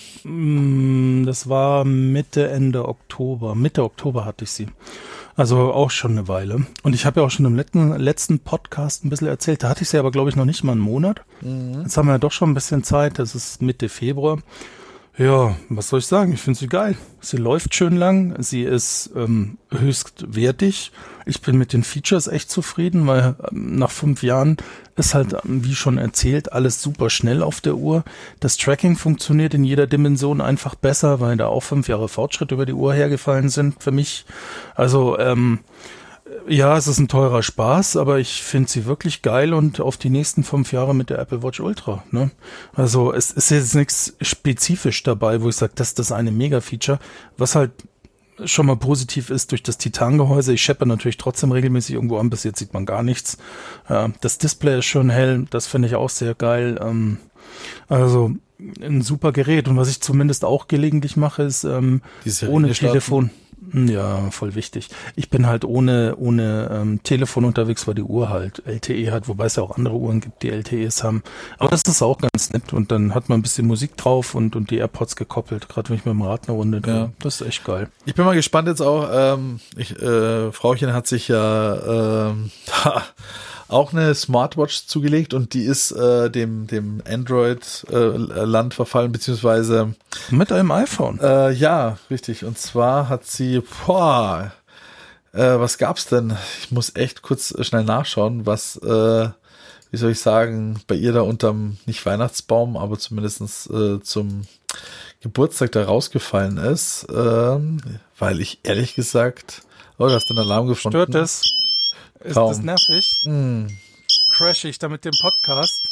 Das war Mitte, Ende Oktober. Mitte Oktober hatte ich sie. Also auch schon eine Weile. Und ich habe ja auch schon im letzten, letzten Podcast ein bisschen erzählt, da hatte ich sie aber, glaube ich, noch nicht mal einen Monat. Mhm. Jetzt haben wir ja doch schon ein bisschen Zeit, das ist Mitte Februar. Ja, was soll ich sagen? Ich finde sie geil. Sie läuft schön lang, sie ist ähm, höchstwertig. Ich bin mit den Features echt zufrieden, weil ähm, nach fünf Jahren ist halt, ähm, wie schon erzählt, alles super schnell auf der Uhr. Das Tracking funktioniert in jeder Dimension einfach besser, weil da auch fünf Jahre Fortschritt über die Uhr hergefallen sind für mich. Also, ähm, ja, es ist ein teurer Spaß, aber ich finde sie wirklich geil und auf die nächsten fünf Jahre mit der Apple Watch Ultra. Ne? Also es ist jetzt nichts spezifisch dabei, wo ich sage, das ist das eine Mega-Feature, was halt schon mal positiv ist durch das Titangehäuse. Ich scheppe natürlich trotzdem regelmäßig irgendwo an, bis jetzt sieht man gar nichts. Das Display ist schon hell, das finde ich auch sehr geil. Also ein super Gerät und was ich zumindest auch gelegentlich mache, ist ähm, ohne Telefon. Ja, voll wichtig. Ich bin halt ohne ohne ähm, Telefon unterwegs, weil die Uhr halt L T E hat, wobei es ja auch andere Uhren gibt, die L T Es haben. Aber das ist auch ganz nett und dann hat man ein bisschen Musik drauf und und die AirPods gekoppelt, gerade wenn ich mit dem Rad eine Runde drehe. Ja. Das ist echt geil. Ich bin mal gespannt jetzt auch, ähm, ich, äh, Frauchen hat sich ja ähm, auch eine Smartwatch zugelegt und die ist äh, dem dem Android-Land äh, verfallen, beziehungsweise mit einem iPhone. Äh, ja, richtig. Und zwar hat sie, boah, äh, was gab's denn? Ich muss echt kurz äh, schnell nachschauen, was, äh, wie soll ich sagen, bei ihr da unterm, nicht Weihnachtsbaum, aber zumindestens äh, zum Geburtstag da rausgefallen ist, ähm, weil ich ehrlich gesagt, oh, du hast den Alarm gefunden. Stört es? Ist Kaum. Das nervig? Mm. Crash ich da mit dem Podcast?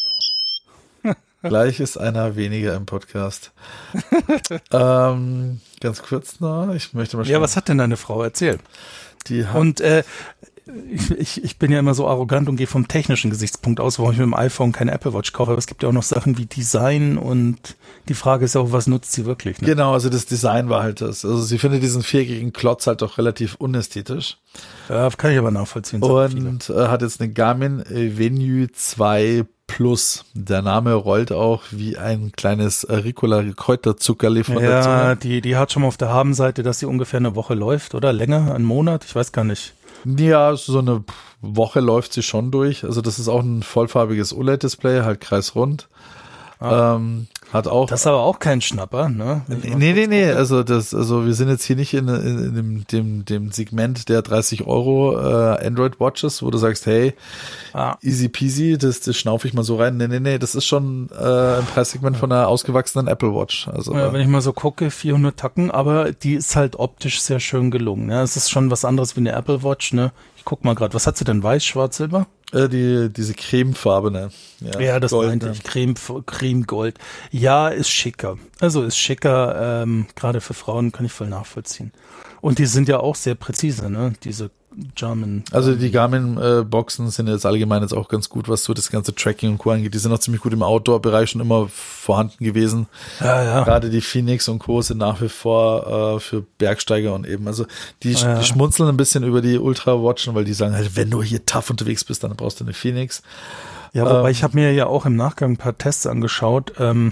Gleich ist einer weniger im Podcast. ähm, ganz kurz noch, ich möchte mal schauen. Ja, was hat denn deine Frau? Erzähl. Die hat und äh, ich, ich, ich bin ja immer so arrogant und gehe vom technischen Gesichtspunkt aus, warum ich mit dem iPhone keine Apple Watch kaufe. Aber es gibt ja auch noch Sachen wie Design und die Frage ist auch, was nutzt sie wirklich? Ne? Genau, also das Design war halt das. Also sie findet diesen viereckigen Klotz halt doch relativ unästhetisch. Ja, kann ich aber nachvollziehen. Und äh, hat jetzt eine Garmin Venue zwei Plus. Der Name rollt auch wie ein kleines äh, Ricola-Kräuterzuckerli von ja, der Zunge. Ja, die, die hat schon mal auf der Habenseite, dass sie ungefähr eine Woche läuft, oder? Länger, einen Monat? Ich weiß gar nicht. Ja, so eine Woche läuft sie schon durch. Also das ist auch ein vollfarbiges O L E D-Display, halt kreisrund. Ah. Ähm, hat auch. Das ist aber auch kein Schnapper, ne? Nee, nee, nee. Also das, also wir sind jetzt hier nicht in, in, in dem, dem, dem Segment der dreißig Euro äh, Android Watches, wo du sagst, hey, ah. easy peasy, das, das schnaufe ich mal so rein. Nee, nee, nee. Das ist schon äh, ein Preissegment von einer ausgewachsenen Apple Watch. Also ja, wenn ich mal so gucke, vierhundert Tacken, aber die ist halt optisch sehr schön gelungen. Ne? Es ist schon was anderes wie eine Apple Watch. Ne? Ich guck mal gerade, was hat sie denn? Weiß, Schwarz, Silber? Äh, die, diese cremefarbene. Ja, ja, das Gold, meinte ich. Creme, Creme Gold. Ja, ist schicker. Also ist schicker, ähm, gerade für Frauen kann ich voll nachvollziehen. Und die sind ja auch sehr präzise, ne? Diese Garmin. Also die Garmin-Boxen äh, sind jetzt allgemein jetzt auch ganz gut, was so das ganze Tracking und Co. angeht. Die sind auch ziemlich gut im Outdoor-Bereich schon immer vorhanden gewesen. Ja, ja. Gerade die Phoenix und Co. sind nach wie vor äh, für Bergsteiger und eben, also die, ja. die schmunzeln ein bisschen über die Ultra-Watchen, weil die sagen halt, wenn du hier tough unterwegs bist, dann brauchst du eine Phoenix. Ja, wobei ähm, ich habe mir ja auch im Nachgang ein paar Tests angeschaut, ähm,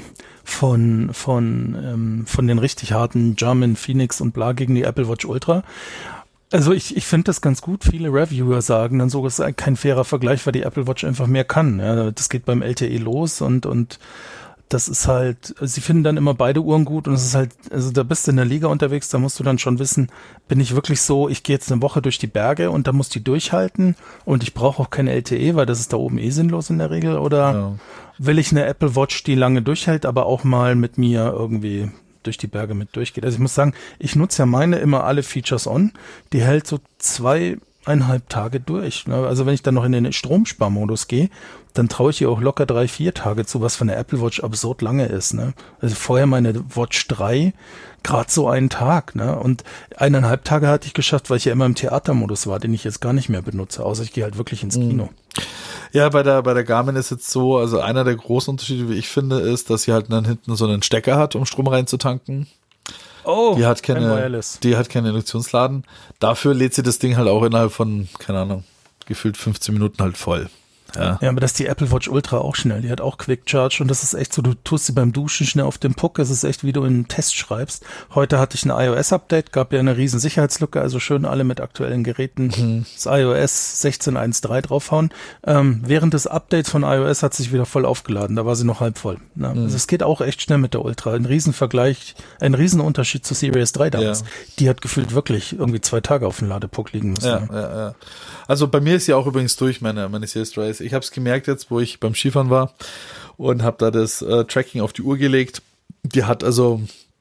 von von ähm, von den richtig harten Garmin, Phoenix und bla gegen die Apple Watch Ultra. Also ich, ich finde das ganz gut. Viele Reviewer sagen dann so, es ist kein fairer Vergleich, weil die Apple Watch einfach mehr kann. Ja, das geht beim L T E los und und das ist halt, sie finden dann immer beide Uhren gut und es ist halt, also da bist du in der Liga unterwegs, da musst du dann schon wissen, bin ich wirklich so, ich gehe jetzt eine Woche durch die Berge und da muss die durchhalten und ich brauche auch keine L T E, weil das ist da oben eh sinnlos in der Regel, oder ja. will ich eine Apple Watch, die lange durchhält, aber auch mal mit mir irgendwie durch die Berge mit durchgeht. Also ich muss sagen, ich nutze ja meine immer alle Features on, die hält so zwei, eineinhalb Tage durch. Ne? Also wenn ich dann noch in den Stromsparmodus gehe, dann traue ich ihr auch locker drei, vier Tage zu, was von der Apple Watch absurd lange ist. Ne? Also vorher meine Watch drei, gerade so einen Tag. Ne? Und eineinhalb Tage hatte ich geschafft, weil ich ja immer im Theatermodus war, den ich jetzt gar nicht mehr benutze, außer ich gehe halt wirklich ins Kino. Ja, bei der bei der Garmin ist jetzt so, also einer der großen Unterschiede, wie ich finde, ist, dass sie halt dann hinten so einen Stecker hat, um Strom reinzutanken. Oh, die hat keine, die hat keine Induktionsladen. Dafür lädt sie das Ding halt auch innerhalb von, keine Ahnung, gefühlt fünfzehn Minuten halt voll. Ja. ja, aber das ist die Apple Watch Ultra auch schnell. Die hat auch Quick Charge und das ist echt so, du tust sie beim Duschen schnell auf den Puck. Das ist echt, wie du einen Test schreibst. Heute hatte ich ein iOS-Update, gab ja eine riesen Sicherheitslücke, also schön alle mit aktuellen Geräten mhm. das iOS sechzehn Punkt eins Punkt drei draufhauen. Ähm, während des Updates von iOS hat sich wieder voll aufgeladen. Da war sie noch halb voll. Ne? Mhm. Also es geht auch echt schnell mit der Ultra. Ein Riesenvergleich, ein Riesenunterschied zu Series drei damals. Ja. Die hat gefühlt wirklich irgendwie zwei Tage auf dem Ladepuck liegen müssen. Ja, ne? ja, ja. Also bei mir ist ja auch übrigens durch meine, meine Series drei. Ich habe es gemerkt jetzt, wo ich beim Skifahren war und habe da das äh, Tracking auf die Uhr gelegt. Die hat also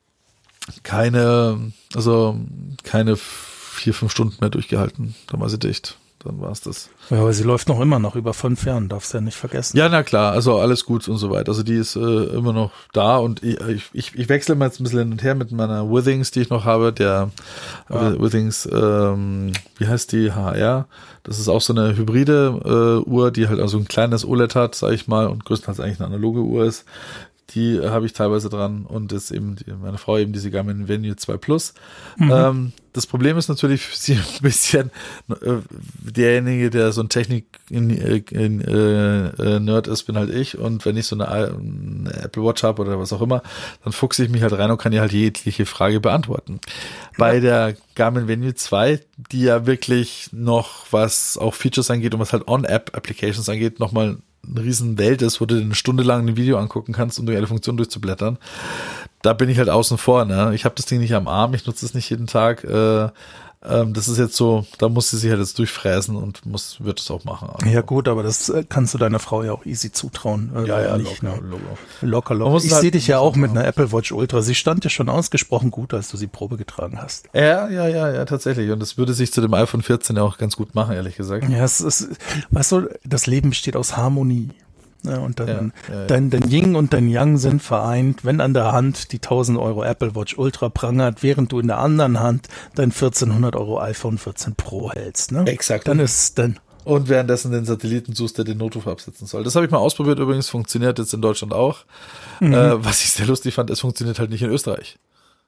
keine, also keine vier, fünf Stunden mehr durchgehalten. Dann war sie dicht. Dann war es das. Ja, aber sie läuft noch immer noch über fünf Jahren, darfst du ja nicht vergessen. Ja, na klar, also alles gut und so weiter. Also die ist äh, immer noch da und ich, ich, ich wechsle mal jetzt ein bisschen hin und her mit meiner Withings, die ich noch habe, der ja. Withings, ähm, wie heißt die, H R. Das ist auch so eine hybride äh, Uhr, die halt also ein kleines O L E D hat, sag ich mal, und größtenteils eigentlich eine analoge Uhr ist. Die äh, habe ich teilweise dran und ist eben die, meine Frau eben diese Garmin Venue zwei Plus. Mhm. Ähm, das Problem ist natürlich für sie ein bisschen äh, derjenige, der so ein Technik in, in, äh, äh, Nerd ist, bin halt ich. Und wenn ich so eine, eine Apple Watch habe oder was auch immer, dann fuchse ich mich halt rein und kann ihr halt jegliche Frage beantworten. Ja. Bei der Garmin Venue zwei, die ja wirklich noch, was auch Features angeht und was halt On-App-Applications angeht, nochmal eine riesen Welt ist, wo du dir eine Stunde lang ein Video angucken kannst, um durch alle Funktionen durchzublättern. Da bin ich halt außen vor. Ne? Ich habe das Ding nicht am Arm, ich nutze es nicht jeden Tag. Äh, ähm, das ist jetzt so, da muss sie sich halt jetzt durchfräsen und muss wird es auch machen. Also. Ja gut, aber das kannst du deiner Frau ja auch easy zutrauen. Äh, ja, ja, nicht, locker, ne? locker. Locker, locker. Ich halt sehe dich ja auch mit einer Apple Watch Ultra. Sie stand ja schon ausgesprochen gut, als du sie Probe getragen hast. Ja, ja, ja, ja, tatsächlich. Und das würde sich zu dem iPhone vierzehn ja auch ganz gut machen, ehrlich gesagt. Ja, es ist, weißt du, das Leben besteht aus Harmonie. Ja, und dann, ja, ja, ja. Dein, dein Yin und dein Yang sind vereint, wenn an der Hand die tausend Euro Apple Watch Ultra prangert, während du in der anderen Hand dein vierzehnhundert Euro iPhone vierzehn Pro hältst. Ne? Exakt. Dann ist dann. Und währenddessen den Satelliten suchst, der den Notruf absetzen soll. Das habe ich mal ausprobiert übrigens, funktioniert jetzt in Deutschland auch. Mhm. Äh, was ich sehr lustig fand, es funktioniert halt nicht in Österreich.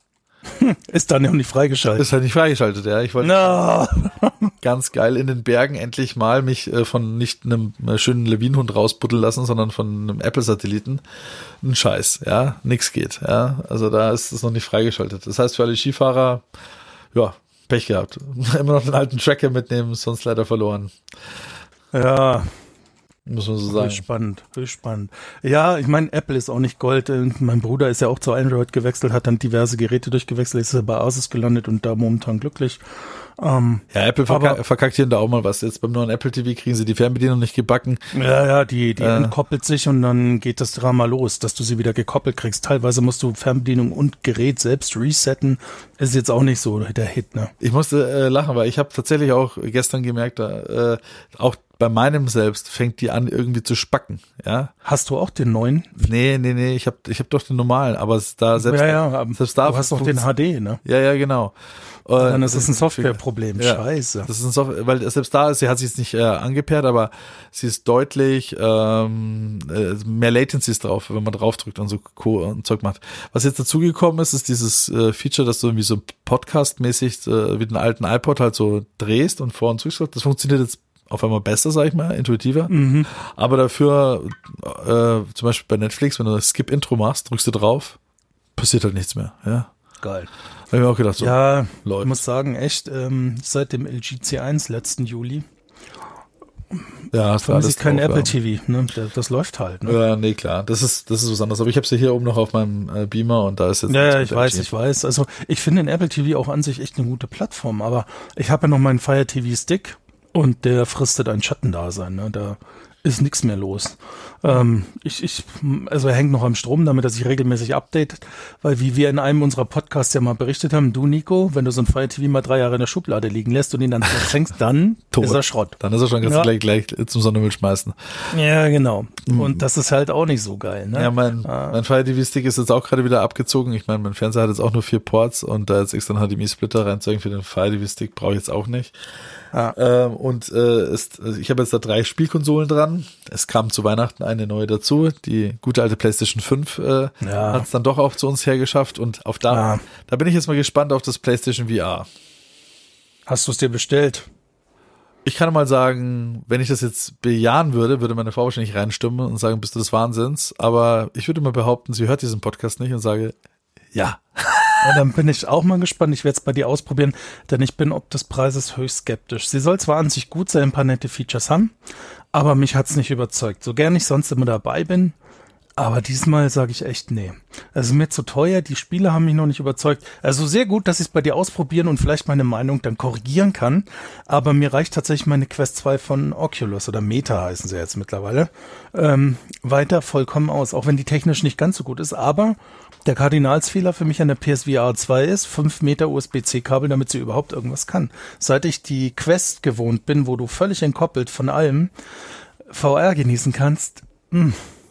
Ist dann ja nicht freigeschaltet. Ist halt nicht freigeschaltet, ja. Ich wollte no. ganz geil in den Bergen endlich mal mich äh, von nicht einem äh, schönen Lawinenhund rausbuddeln lassen, sondern von einem Apple-Satelliten. Ein Scheiß, ja. Nix geht, ja. Also da ist es noch nicht freigeschaltet. Das heißt, für alle Skifahrer, ja, Pech gehabt. Immer noch den alten Tracker mitnehmen, sonst leider verloren. Ja. Muss man so sagen. Höchst spannend, höchst spannend. Ja, ich meine, Apple ist auch nicht Gold. Mein Bruder ist ja auch zu Android gewechselt, hat dann diverse Geräte durchgewechselt, ist ja bei Asus gelandet und da momentan glücklich. Ähm, ja, Apple verka- verkackt hier da auch mal was. Jetzt beim neuen Apple T V kriegen sie die Fernbedienung nicht gebacken. Ja, ja, die, die äh. entkoppelt sich und dann geht das Drama los, dass du sie wieder gekoppelt kriegst. Teilweise musst du Fernbedienung und Gerät selbst resetten. Ist jetzt auch nicht so der Hit, ne? Ich musste äh, lachen, weil ich habe tatsächlich auch gestern gemerkt, da, äh, auch bei meinem selbst fängt die an irgendwie zu spacken, ja. Hast du auch den neuen? Nee, nee, nee, ich habe ich hab doch den normalen, aber da selbst, ja, ja, selbst da. Du hast doch den H D, ne? Ja, ja, genau. Und dann ist es ein Softwareproblem, ja, scheiße. Das ist ein Software, weil selbst da ist, sie hat sich jetzt nicht äh, angepaart, aber sie ist deutlich ähm, äh, mehr Latencies drauf, wenn man draufdrückt und so Co. und Zeug macht. Was jetzt dazugekommen ist, ist dieses äh, Feature, dass du irgendwie so Podcast-mäßig äh, wie den alten iPod halt so drehst und vor und zurück. Das funktioniert jetzt auf einmal besser, sag ich mal, intuitiver. Mhm. Aber dafür, äh, zum Beispiel bei Netflix, wenn du das Skip-Intro machst, drückst du drauf, passiert halt nichts mehr, ja. Geil. Hab ich mir auch gedacht, so, ja, läuft. Ich muss sagen, echt, ähm, seit dem L G C eins letzten Juli ja, hast du alles ist kein drauf, Apple ja. T V, ne? Das, das läuft halt, ne? Ja, nee, klar. Das ist, das ist was anderes. Aber ich habe sie hier oben noch auf meinem äh, Beamer und da ist jetzt. Ja, ja, ich weiß, ich weiß. Also, ich finde den Apple T V auch an sich echt eine gute Plattform, aber ich habe ja noch meinen Fire T V Stick und der fristet ein Schattendasein, ne? Da ist nichts mehr los. Ähm, ich, ich, also er hängt noch am Strom, damit er sich regelmäßig updatet, weil wie wir in einem unserer Podcasts ja mal berichtet haben, du Nico, wenn du so ein Fire T V mal drei Jahre in der Schublade liegen lässt und ihn dann schenkst, dann Tot. ist er Schrott. Dann ist er schon ganz Ja. gleich, gleich zum Sonnenmüll schmeißen. Ja, genau. Und das ist halt auch nicht so geil. Ne? Ja, mein, Ah. mein Fire T V-Stick ist jetzt auch gerade wieder abgezogen. Ich meine, mein Fernseher hat jetzt auch nur vier Ports und da jetzt extra einen H D M I-Splitter reinzeigen für den Fire T V-Stick brauche ich jetzt auch nicht. Ah. Ähm, und äh, ist, also ich habe jetzt da drei Spielkonsolen dran. Es kam zu Weihnachten eine neue dazu. Die gute alte PlayStation fünf äh, Ja. hat es dann doch auch zu uns hergeschafft. Und auf da, Ah. da bin ich jetzt mal gespannt auf das PlayStation V R. Hast du es dir bestellt? Ich kann mal sagen, wenn ich das jetzt bejahen würde, würde meine Frau wahrscheinlich reinstimmen und sagen, bist du des Wahnsinns. Aber ich würde mal behaupten, sie hört diesen Podcast nicht und sage, ja. Ja, dann bin ich auch mal gespannt. Ich werde es bei dir ausprobieren, denn ich bin ob des Preises höchst skeptisch. Sie soll zwar an sich gut sein, ein paar nette Features haben, aber mich hat's nicht überzeugt. So gern ich sonst immer dabei bin, aber diesmal sage ich echt nee. Es ist mir zu teuer, die Spiele haben mich noch nicht überzeugt. Also sehr gut, dass ich es bei dir ausprobieren und vielleicht meine Meinung dann korrigieren kann, aber mir reicht tatsächlich meine Quest zwei von Oculus oder Meta heißen sie jetzt mittlerweile, ähm, weiter vollkommen aus, auch wenn die technisch nicht ganz so gut ist, aber der Kardinalsfehler für mich an der P S V R zwei ist fünf Meter U S B C Kabel, damit sie überhaupt irgendwas kann. Seit ich die Quest gewohnt bin, wo du völlig entkoppelt von allem V R genießen kannst, mh,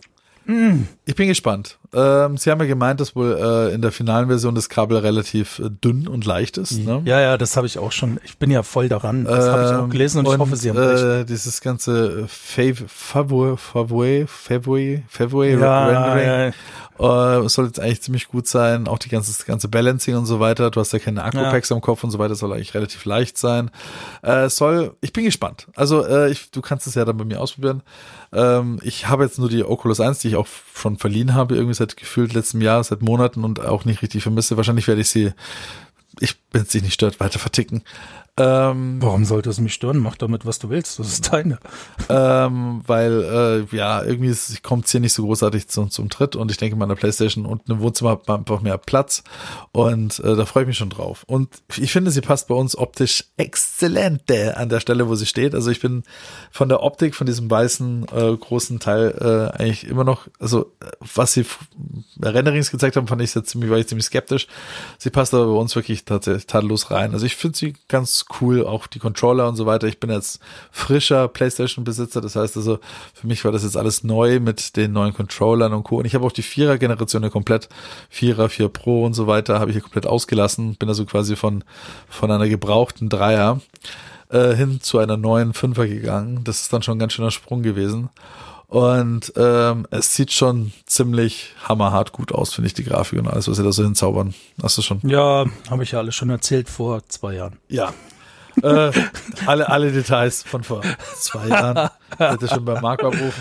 mh. Ich bin gespannt. Ähm, Sie haben ja gemeint, dass wohl äh, in der finalen Version das Kabel relativ äh, dünn und leicht ist. Ne? Ja, ja, das habe ich auch schon. Ich bin ja voll daran. Das habe ich auch gelesen und, und ich hoffe, Sie haben recht. äh, dieses ganze Favway, Favway, Favway, Favway Ja, Rendering ja. äh, soll jetzt eigentlich ziemlich gut sein. Auch die ganze, das ganze Balancing und so weiter. Du hast ja keine Akku-Packs am Kopf und so weiter. Soll eigentlich relativ leicht sein. Äh, soll, ich bin gespannt. Also äh, ich, du kannst es ja dann bei mir ausprobieren. Ähm, ich habe jetzt nur die Oculus eins, die ich auch schon verliehen habe, irgendwie seit gefühlt letztem Jahr, seit Monaten und auch nicht richtig vermisse. Wahrscheinlich werde ich sie, ich, wenn es dich nicht stört, weiter verticken. Ähm, Warum sollte es mich stören? Mach damit, was du willst. Das ist deine. ähm, weil, äh, ja, irgendwie kommt es hier nicht so großartig zum, zum Tritt und ich denke, meiner Playstation unten im Wohnzimmer hat man einfach mehr Platz und äh, da freue ich mich schon drauf. Und ich finde, sie passt bei uns optisch exzellent an der Stelle, wo sie steht. Also ich bin von der Optik, von diesem weißen, äh, großen Teil äh, eigentlich immer noch, also was sie Renderings gezeigt haben, fand ich jetzt ziemlich, war ich ziemlich skeptisch. Sie passt aber bei uns wirklich tatsächlich tadellos rein. Also ich finde sie ganz cool, auch die Controller und so weiter. Ich bin jetzt frischer PlayStation-Besitzer, das heißt also, für mich war das jetzt alles neu mit den neuen Controllern und Co. Und ich habe auch die Vierer-Generation ja komplett, Vierer, vier Pro und so weiter, habe ich ja komplett ausgelassen, bin also quasi von, von einer gebrauchten Dreier äh, hin zu einer neuen Fünfer gegangen. Das ist dann schon ein ganz schöner Sprung gewesen. Und ähm, es sieht schon ziemlich hammerhart gut aus, finde ich, die Grafik und alles, was sie da so hinzaubern. Hast du schon? Ja, habe ich ja alles schon erzählt vor zwei Jahren. Ja. äh, alle, alle Details von vor zwei Jahren. Hätte schon bei Marco abrufen.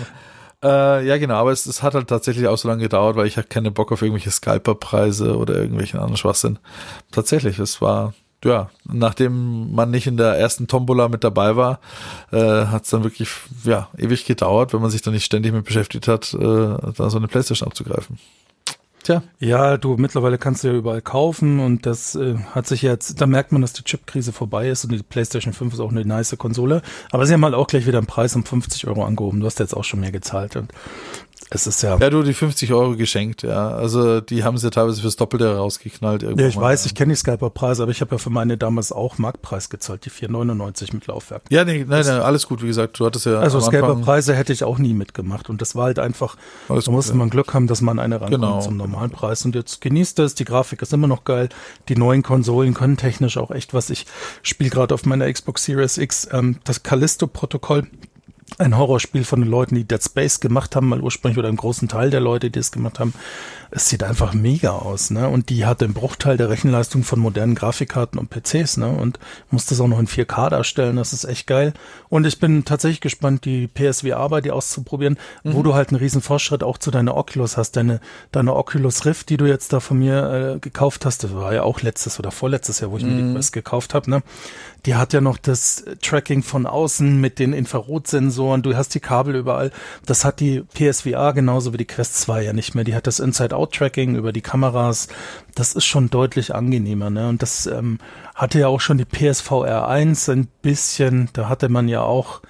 Äh, ja, genau, aber es, es hat halt tatsächlich auch so lange gedauert, weil ich hatte keinen Bock auf irgendwelche Scalper-Preise oder irgendwelchen anderen Schwachsinn. Tatsächlich, es war, ja, nachdem man nicht in der ersten Tombola mit dabei war, äh, hat es dann wirklich, ja, ewig gedauert, wenn man sich dann nicht ständig mit beschäftigt hat, äh, da so eine PlayStation abzugreifen. Tja. Ja, du, mittlerweile kannst du ja überall kaufen und das äh, hat sich jetzt, da merkt man, dass die Chip-Krise vorbei ist und die PlayStation fünf ist auch eine nice Konsole, aber sie haben halt auch gleich wieder den Preis um fünfzig Euro angehoben, du hast jetzt auch schon mehr gezahlt und es ist ja... Ja, du, die fünfzig Euro geschenkt, ja, also die haben sie ja teilweise fürs Doppelte rausgeknallt. Ja, ich weiß, ja. Ich kenne die Skyper-Preise, aber ich habe ja für meine damals auch Marktpreis gezahlt, die vier neunundneunzig mit Laufwerk. Ja, nee, nein, nein, alles gut, wie gesagt, du hattest ja Also Skyper-Preise hätte ich auch nie mitgemacht und das war halt einfach, alles da musste gut, man ja. Glück haben, dass man eine rankommt genau. zum normalen Preis und jetzt genießt es, die Grafik ist immer noch geil, die neuen Konsolen können technisch auch echt was, ich spiele gerade auf meiner Xbox Series X ähm, das Callisto-Protokoll, ein Horrorspiel von den Leuten, die Dead Space gemacht haben, mal ursprünglich oder einem großen Teil der Leute, die es gemacht haben. Es sieht einfach mega aus, ne? Und die hat den Bruchteil der Rechenleistung von modernen Grafikkarten und P Cs, ne? Und muss das auch noch in vier K darstellen, das ist echt geil. Und ich bin tatsächlich gespannt, die P S V R bei dir auszuprobieren, mhm. wo du halt einen riesen Fortschritt auch zu deiner Oculus hast. Deine, deine Oculus Rift, die du jetzt da von mir äh, gekauft hast, das war ja auch letztes oder vorletztes Jahr, wo ich mhm. mir die Quest gekauft habe, ne? Die hat ja noch das Tracking von außen mit den Infrarotsensoren, du hast die Kabel überall. Das hat die P S V R genauso wie die Quest zwei ja nicht mehr. Die hat das Inside-Out-Tracking über die Kameras. Das ist schon deutlich angenehmer, ne? Und das ähm, hatte ja auch schon die P S V R eins ein bisschen. Da hatte man ja auch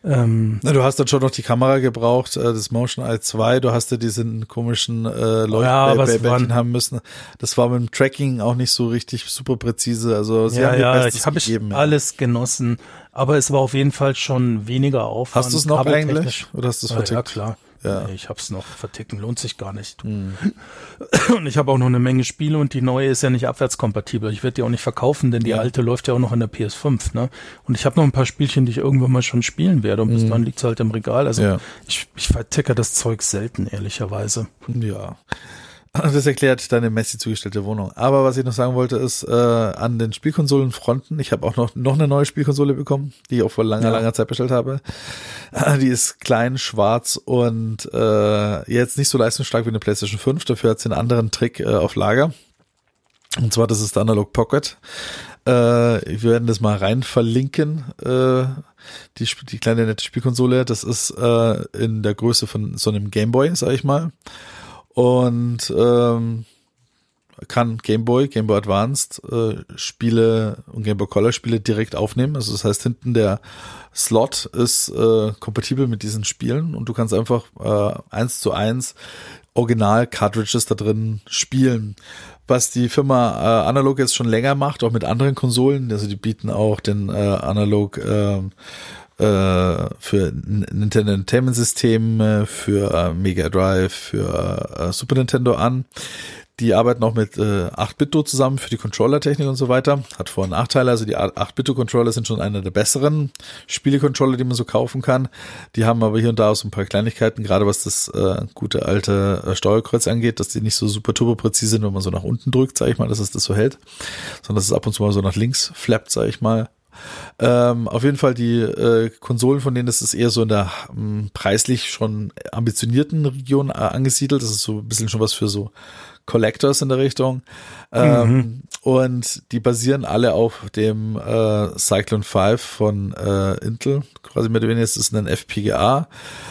Ähm, Na, du hast dann schon noch die Kamera gebraucht, äh, das Motion Eye zwei, du hast ja diesen komischen äh, Ja, was Leuchtbällchen waren- haben müssen. Das war mit dem Tracking auch nicht so richtig super präzise. Also sie ja, haben ihr ja, Bestes ich habe ich gegeben. ja. alles genossen, aber es war auf jeden Fall schon weniger Aufwand. Hast du es noch kabeltechnisch. eigentlich? Oder hast du es Ja, vertickt? ja, klar. Ja. Nee, ich hab's noch. Verticken lohnt sich gar nicht. Hm. Und ich habe auch noch eine Menge Spiele und die neue ist ja nicht abwärtskompatibel. Ich werde die auch nicht verkaufen, denn die Ja. alte läuft ja auch noch in der P S fünf. Ne? Und ich habe noch ein paar Spielchen, die ich irgendwann mal schon spielen werde. Und bis dann liegt's halt im Regal. Also Ja. ich, ich verticke das Zeug selten, ehrlicherweise. Ja. Das erklärt deine Messi zugestellte Wohnung. Aber was ich noch sagen wollte, ist, äh, an den Spielkonsolenfronten, ich habe auch noch, noch eine neue Spielkonsole bekommen, die ich auch vor langer, Ja. langer Zeit bestellt habe. Die ist klein, schwarz und äh, jetzt nicht so leistungsstark wie eine PlayStation fünf, dafür hat sie einen anderen Trick äh, auf Lager. Und zwar, das ist der Analog Pocket. Äh, wir werden das mal rein verlinken, äh, die, die kleine nette Spielkonsole. Das ist äh, in der Größe von so einem Gameboy, sag ich mal. Und ähm, kann Game Boy, Game Boy Advanced äh, Spiele und Game Boy Color Spiele direkt aufnehmen. Also das heißt, hinten der Slot ist äh, kompatibel mit diesen Spielen und du kannst einfach äh, eins zu eins Original-Cartridges da drin spielen. Was die Firma äh, Analog jetzt schon länger macht, auch mit anderen Konsolen, also die bieten auch den äh, Analog äh, für Nintendo Entertainment System, für äh, Mega Drive, für äh, Super Nintendo an. Die arbeiten auch mit äh, acht Bit-Do zusammen für die Controller-Technik und so weiter. Hat Vor- und Nachteile. Also die acht Bit-Do-Controller sind schon einer der besseren Spiele-Controller, die man so kaufen kann. Die haben aber hier und da auch so ein paar Kleinigkeiten, gerade was das äh, gute alte äh, Steuerkreuz angeht, dass die nicht so super turbopräzise sind, wenn man so nach unten drückt, sage ich mal, dass es das so hält, sondern dass es ab und zu mal so nach links flappt, sage ich mal. Ähm, auf jeden Fall die äh, Konsolen, von denen das ist eher so in der ähm, preislich schon ambitionierten Region äh, angesiedelt. Das ist so ein bisschen schon was für so Collectors in der Richtung. Ähm, mhm. Und die basieren alle auf dem äh, Cyclone fünf von äh, Intel. Quasi mehr oder weniger ist es ein F P G A.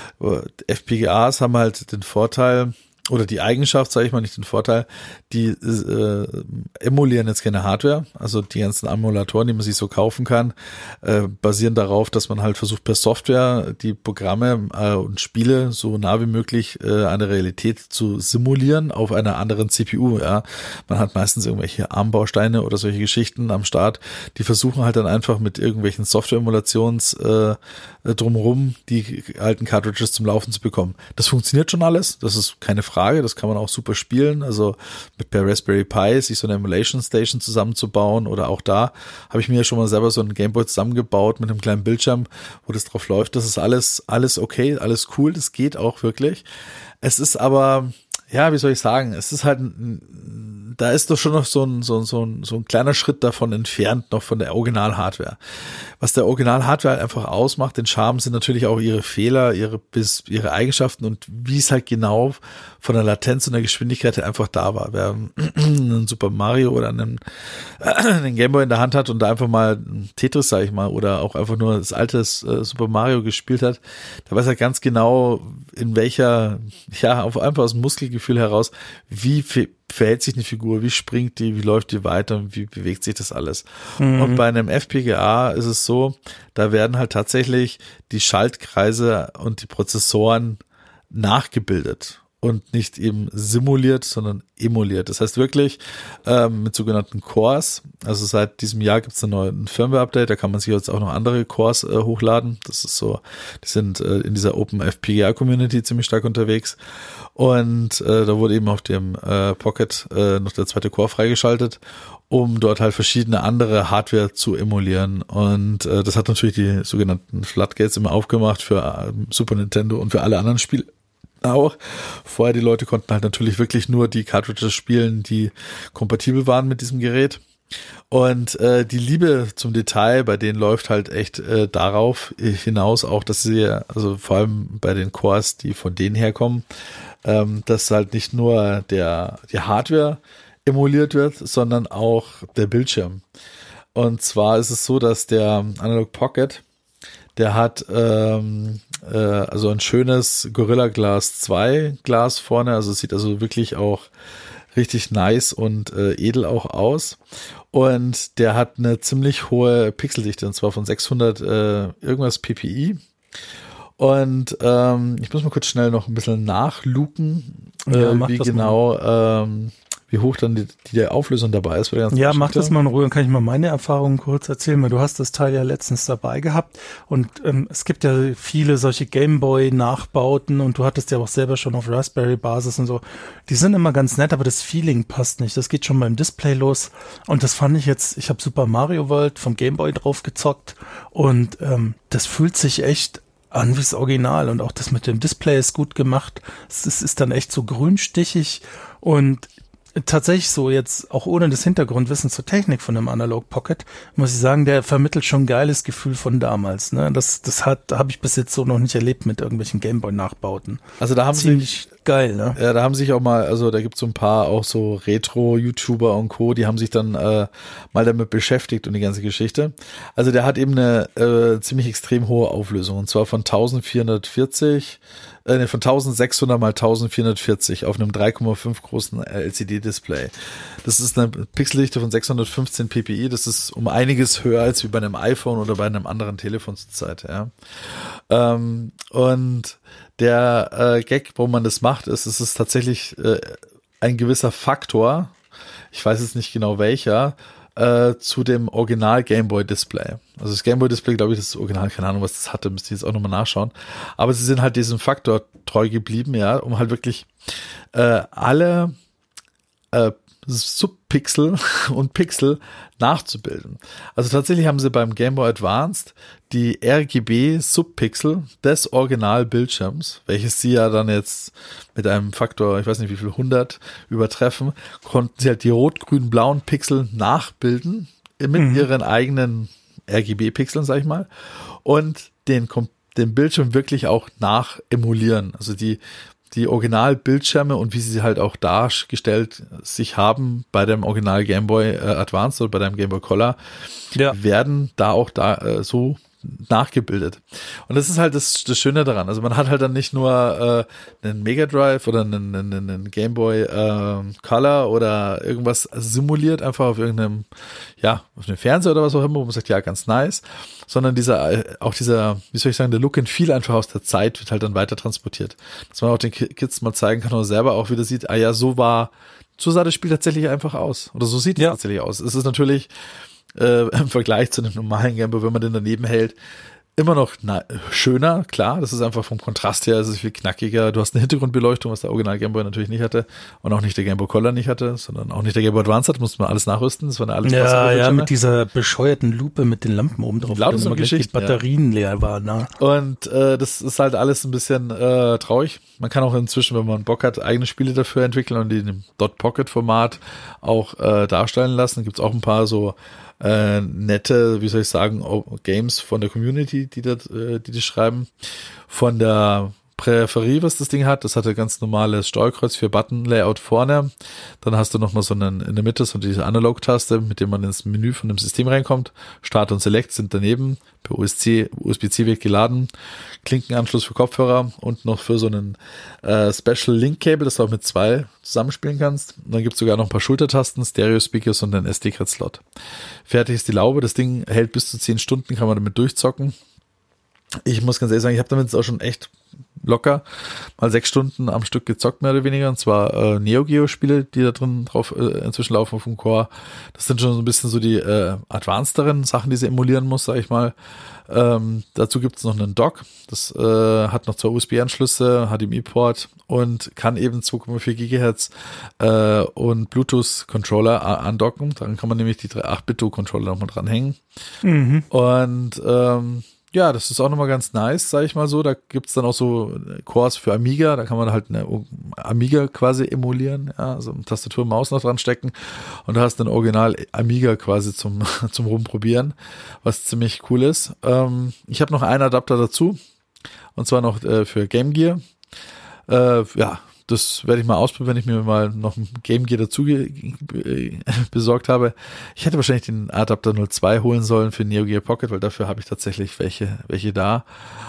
F P G As haben halt den Vorteil, oder die Eigenschaft, sage ich mal, nicht den Vorteil, die äh, emulieren jetzt keine Hardware, also die ganzen Emulatoren, die man sich so kaufen kann, äh, basieren darauf, dass man halt versucht, per Software die Programme äh, und Spiele so nah wie möglich äh, eine Realität zu simulieren auf einer anderen C P U. Ja, man hat meistens irgendwelche ARM-Bausteine oder solche Geschichten am Start, die versuchen halt dann einfach mit irgendwelchen Software-Emulations äh, drumherum die alten Cartridges zum Laufen zu bekommen. Das funktioniert schon alles, das ist keine Frage. Frage, das kann man auch super spielen, also mit per Raspberry Pi sich so eine Emulation Station zusammenzubauen oder auch da habe ich mir ja schon mal selber so einen Gameboy zusammengebaut mit einem kleinen Bildschirm, wo das drauf läuft. Das ist alles, alles okay, alles cool, das geht auch wirklich. Es ist aber, ja, wie soll ich sagen, es ist halt, da ist doch schon noch so ein, so ein, so ein, so ein kleiner Schritt davon entfernt, noch von der Original-Hardware. Was der Original-Hardware halt einfach ausmacht, den Charme, sind natürlich auch ihre Fehler, ihre, bis, ihre Eigenschaften und wie es halt genau von der Latenz und der Geschwindigkeit einfach da war. Wer einen Super Mario oder einen, einen Gameboy in der Hand hat und da einfach mal ein Tetris, sag ich mal, oder auch einfach nur das alte äh, Super Mario gespielt hat, da weiß er ganz genau, in welcher, ja, auf einfach aus dem Muskelgefühl heraus, wie viel verhält sich eine Figur, wie springt die, wie läuft die weiter und wie bewegt sich das alles. Mhm. Und bei einem F P G A ist es so, da werden halt tatsächlich die Schaltkreise und die Prozessoren nachgebildet und nicht eben simuliert, sondern emuliert. Das heißt wirklich ähm, mit sogenannten Cores, also seit diesem Jahr gibt es einen neuen Firmware-Update, da kann man sich jetzt auch noch andere Cores äh, hochladen. Das ist so, die sind äh, in dieser Open F P G A-Community ziemlich stark unterwegs. Und äh, da wurde eben auf dem äh, Pocket äh, noch der zweite Core freigeschaltet, um dort halt verschiedene andere Hardware zu emulieren. Und äh, das hat natürlich die sogenannten Floodgates immer aufgemacht für äh, Super Nintendo und für alle anderen Spiele auch. Vorher die Leute konnten halt natürlich wirklich nur die Cartridges spielen, die kompatibel waren mit diesem Gerät. Und äh, die Liebe zum Detail bei denen läuft halt echt äh, darauf hinaus, auch dass sie, also vor allem bei den Cores, die von denen herkommen, ähm, dass halt nicht nur der die Hardware emuliert wird, sondern auch der Bildschirm. Und zwar ist es so, dass der Analog Pocket, der hat ähm, äh, also ein schönes Gorilla Glass zwei Glas vorne, also es sieht also wirklich auch richtig nice und äh, edel auch aus. Und der hat eine ziemlich hohe Pixeldichte, und zwar von sechshundert äh, irgendwas P P I. Und ähm, ich muss mal kurz schnell noch ein bisschen nachluken, Ja, äh, mach wie das genau, ähm, wie hoch dann die, die Auflösung dabei ist. Bei der ganzen Ja, mach Geschichte. das mal in Ruhe, dann kann ich mal meine Erfahrungen kurz erzählen, weil du hast das Teil ja letztens dabei gehabt und ähm, es gibt ja viele solche Gameboy-Nachbauten und du hattest ja auch selber schon auf Raspberry-Basis und so. Die sind immer ganz nett, aber das Feeling passt nicht. Das geht schon beim Display los und das fand ich jetzt, ich habe Super Mario World vom Gameboy drauf gezockt und ähm, das fühlt sich echt an wie das Original und auch das mit dem Display ist gut gemacht. Es ist, ist dann echt so grünstichig und tatsächlich so jetzt, auch ohne das Hintergrundwissen zur Technik von dem Analog Pocket, muss ich sagen, der vermittelt schon ein geiles Gefühl von damals. Ne? Das, das hat, habe ich bis jetzt so noch nicht erlebt mit irgendwelchen Gameboy-Nachbauten. Also da haben Ziemlich sich geil, ne? Ja, da haben sich auch mal, also da gibt es so ein paar auch so Retro-YouTuber und Co., die haben sich dann äh, mal damit beschäftigt und die ganze Geschichte. Also der hat eben eine äh, ziemlich extrem hohe Auflösung und zwar von vierzehnhundertvierzig, äh, nee, von eintausendsechshundert mal vierzehnhundertvierzig auf einem drei Komma fünf großen L C D-Display. Das ist eine Pixeldichte von sechshundertfünfzehn p p i, das ist um einiges höher als wie bei einem iPhone oder bei einem anderen Telefon zur Zeit, ja. Ähm, und der äh, Gag, warum man das macht, ist, es ist tatsächlich äh, ein gewisser Faktor, ich weiß jetzt nicht genau welcher, äh, zu dem Original Gameboy Display. Also das Gameboy Display, glaube ich, das ist Original, keine Ahnung, was das hatte, müsste ich jetzt auch nochmal nachschauen. Aber sie sind halt diesem Faktor treu geblieben, ja, um halt wirklich äh, alle äh, Subpixel und Pixel nachzubilden. Also tatsächlich haben sie beim Game Boy Advanced die R G B-Subpixel des Originalbildschirms, welches sie ja dann jetzt mit einem Faktor, ich weiß nicht wie viel, hundert übertreffen, konnten sie halt die rot-grün-blauen Pixel nachbilden mit mhm. ihren eigenen R G B-Pixeln, sag ich mal, und den, den Bildschirm wirklich auch nachemulieren. Also die die Originalbildschirme und wie sie halt auch dargestellt sich haben bei dem Original Game Boy äh, Advance oder bei dem Game Boy Color, ja. werden da auch da äh, so nachgebildet. Und das ist halt das, das Schöne daran. Also man hat halt dann nicht nur äh, einen Mega Drive oder einen, einen, einen Game Boy äh, Color oder irgendwas simuliert, einfach auf irgendeinem, ja, auf einem Fernseher oder was auch immer, wo man sagt, ja, ganz nice, sondern dieser, auch dieser, wie soll ich sagen, der Look and Feel einfach aus der Zeit wird halt dann weiter transportiert. Dass man auch den Kids mal zeigen kann oder selber auch wieder sieht, ah ja, so war, so sah das Spiel tatsächlich einfach aus. Oder so sieht es ja. tatsächlich aus. Es ist natürlich Äh, im Vergleich zu einem normalen Gameboy, wenn man den daneben hält, immer noch na, schöner, klar, das ist einfach vom Kontrast her, es ist viel knackiger, du hast eine Hintergrundbeleuchtung, was der Original Gameboy natürlich nicht hatte und auch nicht der Gameboy Color nicht hatte, sondern auch nicht der Gameboy Advance hat, musste man alles nachrüsten, das war eine alles Ja, ja, mit dieser bescheuerten Lupe mit den Lampen oben drauf, wo immer die Batterien ja. leer waren. Ne? Und äh, das ist halt alles ein bisschen äh, traurig. Man kann auch inzwischen, wenn man Bock hat, eigene Spiele dafür entwickeln und die in dem Dot Pocket Format auch äh, darstellen lassen. Gibt es auch ein paar so Äh, nette, wie soll ich sagen, Games von der Community, die das, äh, die das schreiben. Von der Präferie, was das Ding hat, das hat ein ganz normales Steuerkreuz für Button-Layout vorne. Dann hast du nochmal so einen, in der Mitte so diese Analog-Taste, mit dem man ins Menü von dem System reinkommt. Start und Select sind daneben. Per U S B C wird geladen. Klinkenanschluss für Kopfhörer und noch für so einen äh, Special Link Cable, das du auch mit zwei zusammenspielen kannst. Und dann gibt es sogar noch ein paar Schultertasten, Stereo-Speakers und einen S D-Card-Slot. Fertig ist die Laube. Das Ding hält bis zu zehn Stunden, kann man damit durchzocken. Ich muss ganz ehrlich sagen, ich habe damit jetzt auch schon echt locker mal sechs Stunden am Stück gezockt, mehr oder weniger. Und zwar äh, Neo Geo Spiele, die da drin drauf äh, inzwischen laufen auf dem Core. Das sind schon so ein bisschen so die äh, advancederen Sachen, die sie emulieren muss, sag ich mal. Ähm, dazu gibt es noch einen Dock. Das äh, hat noch zwei U S B-Anschlüsse, H D M I-Port und kann eben zwei Komma vier Gigahertz äh, und Bluetooth-Controller andocken. Daran kann man nämlich die drei acht Bit-Controller nochmal dranhängen. Mhm. Und ähm, ja, das ist auch nochmal ganz nice, sage ich mal so. Da gibt's dann auch so Cores für Amiga, da kann man halt eine Amiga quasi emulieren, ja, also Tastatur und Maus noch dran stecken und du hast ein Original Amiga quasi zum zum Rumprobieren, was ziemlich cool ist. Ähm, ich habe noch einen Adapter dazu und zwar noch äh, für Game Gear. Äh, ja, das werde ich mal ausprobieren, wenn ich mir mal noch ein Game Gear dazu ge- besorgt habe. Ich hätte wahrscheinlich den Adapter null zwei holen sollen für Neo Geo Pocket, weil dafür habe ich tatsächlich welche, welche da.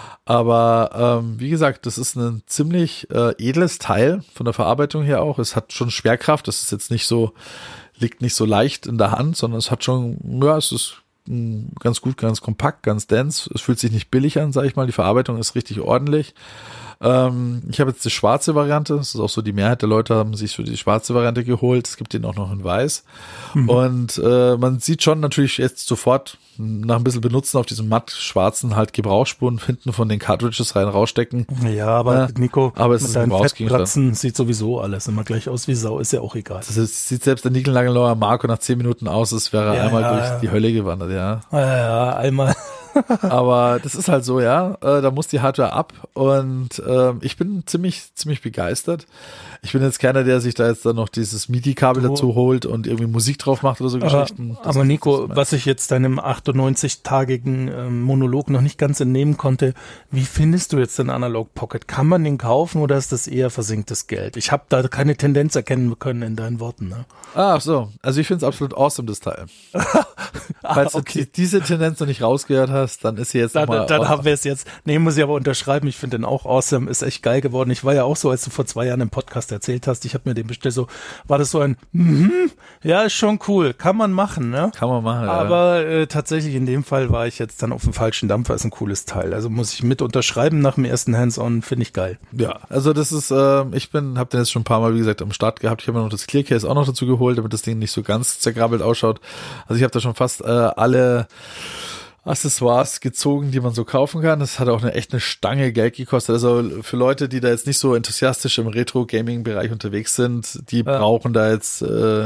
Aber ähm, wie gesagt, das ist ein ziemlich äh, edles Teil von der Verarbeitung her auch. Es hat schon Schwerkraft, das ist jetzt nicht so, liegt nicht so leicht in der Hand, sondern es hat schon, ja, es ist ganz gut, ganz kompakt, ganz dense. Es fühlt sich nicht billig an, sage ich mal. Die Verarbeitung ist richtig ordentlich. Ähm, ich habe jetzt die schwarze Variante. Das ist auch so, die Mehrheit der Leute haben sich für die schwarze Variante geholt. Es gibt den auch noch in weiß. Mhm. Und äh, man sieht schon natürlich jetzt sofort nach ein bisschen Benutzen auf diesem matt schwarzen halt Gebrauchsspuren hinten von den Cartridges rein rausstecken. Ja, aber äh, Nico, aber es mit ist ein deinen Fettplatzen sieht sowieso alles immer gleich aus wie Sau, ist ja auch egal. Das ist, sieht selbst der Niegelnagelneuer Marco nach zehn Minuten aus, als wäre er ja, einmal ja, durch ja. die Hölle gewandert, ja. Ja, ja, einmal. Aber das ist halt so, ja, äh, da muss die Hardware ab und äh, ich bin ziemlich, ziemlich begeistert. Ich bin jetzt keiner, der sich da jetzt dann noch dieses MIDI-Kabel dazu holt und irgendwie Musik drauf macht oder so aber, Geschichten. Das aber Nico, was ich jetzt deinem achtundneunzig-tagigen ähm, Monolog noch nicht ganz entnehmen konnte, wie findest du jetzt den Analog Pocket? Kann man den kaufen oder ist das eher versenktes Geld? Ich habe da keine Tendenz erkennen können in deinen Worten. Ne? Ah, so. Also ich finde es absolut awesome, das Teil. ah, Falls okay. du diese Tendenz noch nicht rausgehört hast, dann ist sie jetzt Dann, nochmal... dann haben wir es jetzt. Nee, muss ich aber unterschreiben. Ich finde den auch awesome. Ist echt geil geworden. Ich war ja auch so, als du vor zwei Jahren im Podcast erzählt hast, ich habe mir den bestellt, so, war das so ein, mhm, ja, ist schon cool. Kann man machen, ne? Kann man machen, Aber ja. äh, tatsächlich in dem Fall war ich jetzt dann auf dem falschen Dampfer. Ist ein cooles Teil. Also muss ich mit unterschreiben nach dem ersten Hands-on. Finde ich geil. Ja, also das ist, äh, ich bin, habe den jetzt schon ein paar Mal, wie gesagt, am Start gehabt. Ich habe mir noch das Clearcase auch noch dazu geholt, damit das Ding nicht so ganz zergrabbelt ausschaut. Also ich habe da schon fast äh, alle Accessoires gezogen, die man so kaufen kann. Das hat auch eine echt eine Stange Geld gekostet. Also für Leute, die da jetzt nicht so enthusiastisch im Retro-Gaming-Bereich unterwegs sind, die ja. brauchen da jetzt, äh,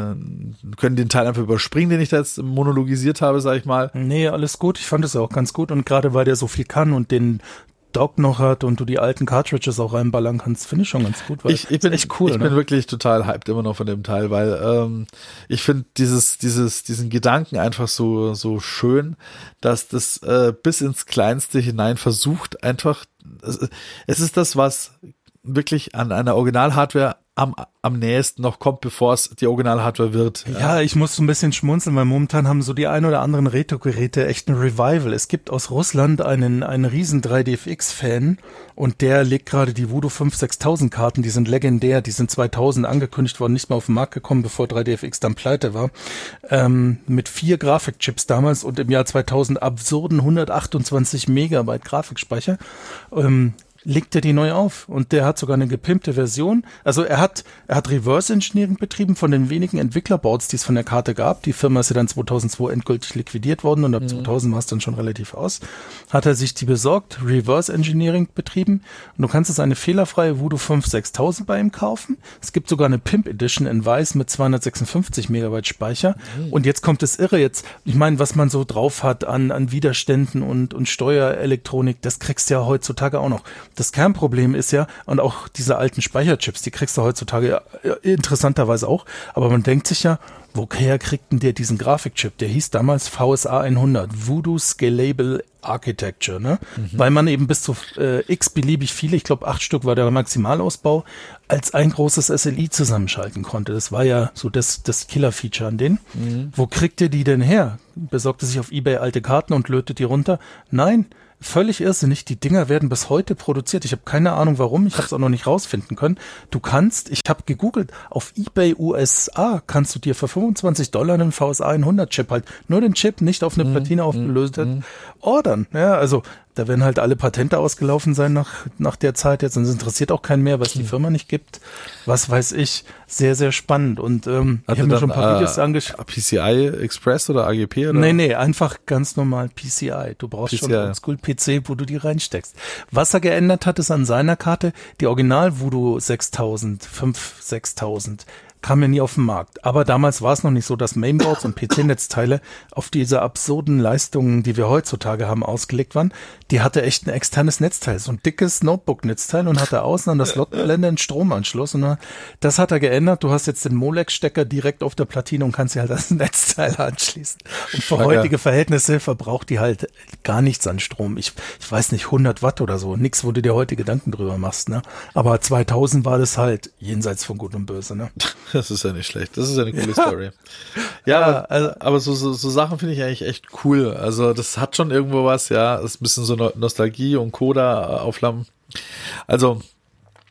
können den Teil einfach überspringen, den ich da jetzt monologisiert habe, sag ich mal. Nee, alles gut. Ich fand es auch ganz gut. Und gerade weil der so viel kann und den Dock noch hat und du die alten Cartridges auch reinballern kannst, finde ich schon ganz gut. Weil ich, ich bin echt cool. Ich ne? bin wirklich total hyped immer noch von dem Teil, weil ähm, ich finde dieses, dieses, diesen Gedanken einfach so, so schön, dass das äh, bis ins Kleinste hinein versucht, einfach, es, es ist das, was wirklich an einer Original-Hardware am, am nächsten noch kommt, bevor es die Original-Hardware wird. Ja, ich muss so ein bisschen schmunzeln, weil momentan haben so die ein oder anderen Retro-Geräte echt ein Revival. Es gibt aus Russland einen, einen riesen drei D F X-Fan und der legt gerade die Voodoo fünf sechstausend Karten, die sind legendär, die sind zweitausend angekündigt worden, nicht mehr auf den Markt gekommen, bevor drei D F X dann pleite war, ähm, mit vier Grafikchips damals und im Jahr zweitausend absurden hundertachtundzwanzig Megabyte Grafikspeicher. Ähm, legt er die neu auf und der hat sogar eine gepimpte Version. Also er hat er hat Reverse Engineering betrieben von den wenigen Entwicklerboards, die es von der Karte gab. Die Firma ist ja dann zweitausendzwei endgültig liquidiert worden und ab mhm. zweitausend war es dann schon relativ aus. Hat er sich die besorgt, Reverse Engineering betrieben und du kannst jetzt eine fehlerfreie Voodoo fünf sechstausend bei ihm kaufen. Es gibt sogar eine Pimp Edition in weiß mit zweihundertsechsundfünfzig Megabyte Speicher mhm. und jetzt kommt das Irre jetzt. Ich meine, was man so drauf hat an an Widerständen und und Steuerelektronik, das kriegst du ja heutzutage auch noch. Das Kernproblem ist ja, und auch diese alten Speicherchips, die kriegst du heutzutage ja, interessanterweise auch, aber man denkt sich ja, woher kriegt denn der diesen Grafikchip? Der hieß damals V S A hundert, Voodoo Scalable Architecture, ne? Mhm. Weil man eben bis zu äh, x beliebig viele, ich glaube acht Stück war der Maximalausbau, als ein großes S L I zusammenschalten konnte. Das war ja so das, das Killer-Feature an denen. Mhm. Wo kriegt ihr die denn her? Besorgte sich auf eBay alte Karten und lötet die runter? Nein. Völlig irrsinnig, die Dinger werden bis heute produziert. Ich habe keine Ahnung warum, ich habe es auch noch nicht rausfinden können. Du kannst, ich habe gegoogelt, auf eBay U S A kannst du dir für fünfundzwanzig Dollar einen V S A hundert Chip halt, nur den Chip, nicht auf eine Platine mm, aufgelöst, mm, ordern. Ja, also da werden halt alle Patente ausgelaufen sein nach nach der Zeit jetzt und es interessiert auch keinen mehr, was die Firma nicht gibt. Was weiß ich, sehr, sehr spannend. Und ähm, ich habe mir schon ein paar äh, Videos angeschaut. P C I Express oder A G P? Oder? Nee, nee, einfach ganz normal P C I. Du brauchst P C I. Schon Oldschool P C, wo du die reinsteckst. Was er geändert hat, ist an seiner Karte, die Original Voodoo sechstausend, fünf sechstausend, kam ja nie auf den Markt. Aber damals war es noch nicht so, dass Mainboards und P C-Netzteile auf diese absurden Leistungen, die wir heutzutage haben, ausgelegt waren. Die hatte echt ein externes Netzteil, so ein dickes Notebook-Netzteil und hatte außen an der Slotblende einen Stromanschluss. Und das hat er geändert. Du hast jetzt den Molex-Stecker direkt auf der Platine und kannst sie halt das Netzteil anschließen. Und für heutige Verhältnisse verbraucht die halt gar nichts an Strom. Ich, ich weiß nicht, hundert Watt oder so. Nix, wo du dir heute Gedanken drüber machst, ne? Aber zweitausend war das halt jenseits von Gut und Böse, ne? Das ist ja nicht schlecht. Das ist ja eine coole ja. Story. Ja, ja, also, aber so, so, so Sachen finde ich eigentlich echt cool. Also das hat schon irgendwo was, ja. Das ist ein bisschen so Nostalgie und Coda-Auflamm. Also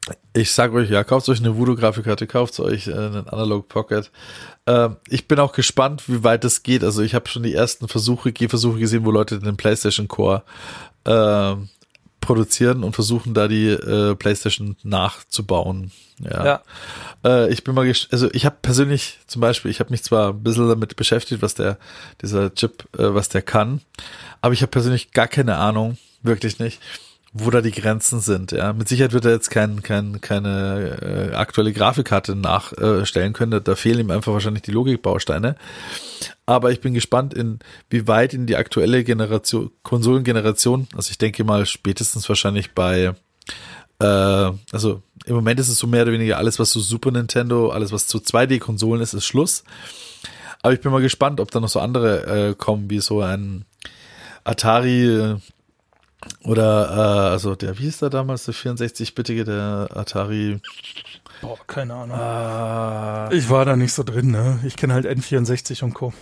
Ich sag euch, ja, kauft euch eine Voodoo-Grafikkarte, kauft euch äh, einen Analog Pocket. Äh, ich bin auch gespannt, wie weit das geht. Also ich habe schon die ersten Versuche, Gehversuche gesehen, wo Leute den PlayStation Core äh, produzieren und versuchen da die äh, PlayStation nachzubauen. Ja. Ja. Äh, ich bin mal, ges- also ich habe persönlich zum Beispiel, ich habe mich zwar ein bisschen damit beschäftigt, was der, dieser Chip, äh, was der kann, aber ich habe persönlich gar keine Ahnung, wirklich nicht, wo da die Grenzen sind. Ja, mit Sicherheit wird er jetzt kein, kein, keine äh, aktuelle Grafikkarte nachstellen können. Da, da fehlen ihm einfach wahrscheinlich die Logikbausteine. Aber ich bin gespannt, in wie weit in die aktuelle Generation, Konsolengeneration, also ich denke mal spätestens wahrscheinlich bei, äh, also im Moment ist es so mehr oder weniger alles, was so Super Nintendo, alles was so zwei D-Konsolen ist, ist Schluss. Aber ich bin mal gespannt, ob da noch so andere äh, kommen, wie so ein Atari äh, oder, äh, also der, wie hieß der damals, der vierundsechzig-bittige, der Atari? Boah, keine Ahnung. Äh, Ich war da nicht so drin, ne? Ich kenne halt N vierundsechzig und Co.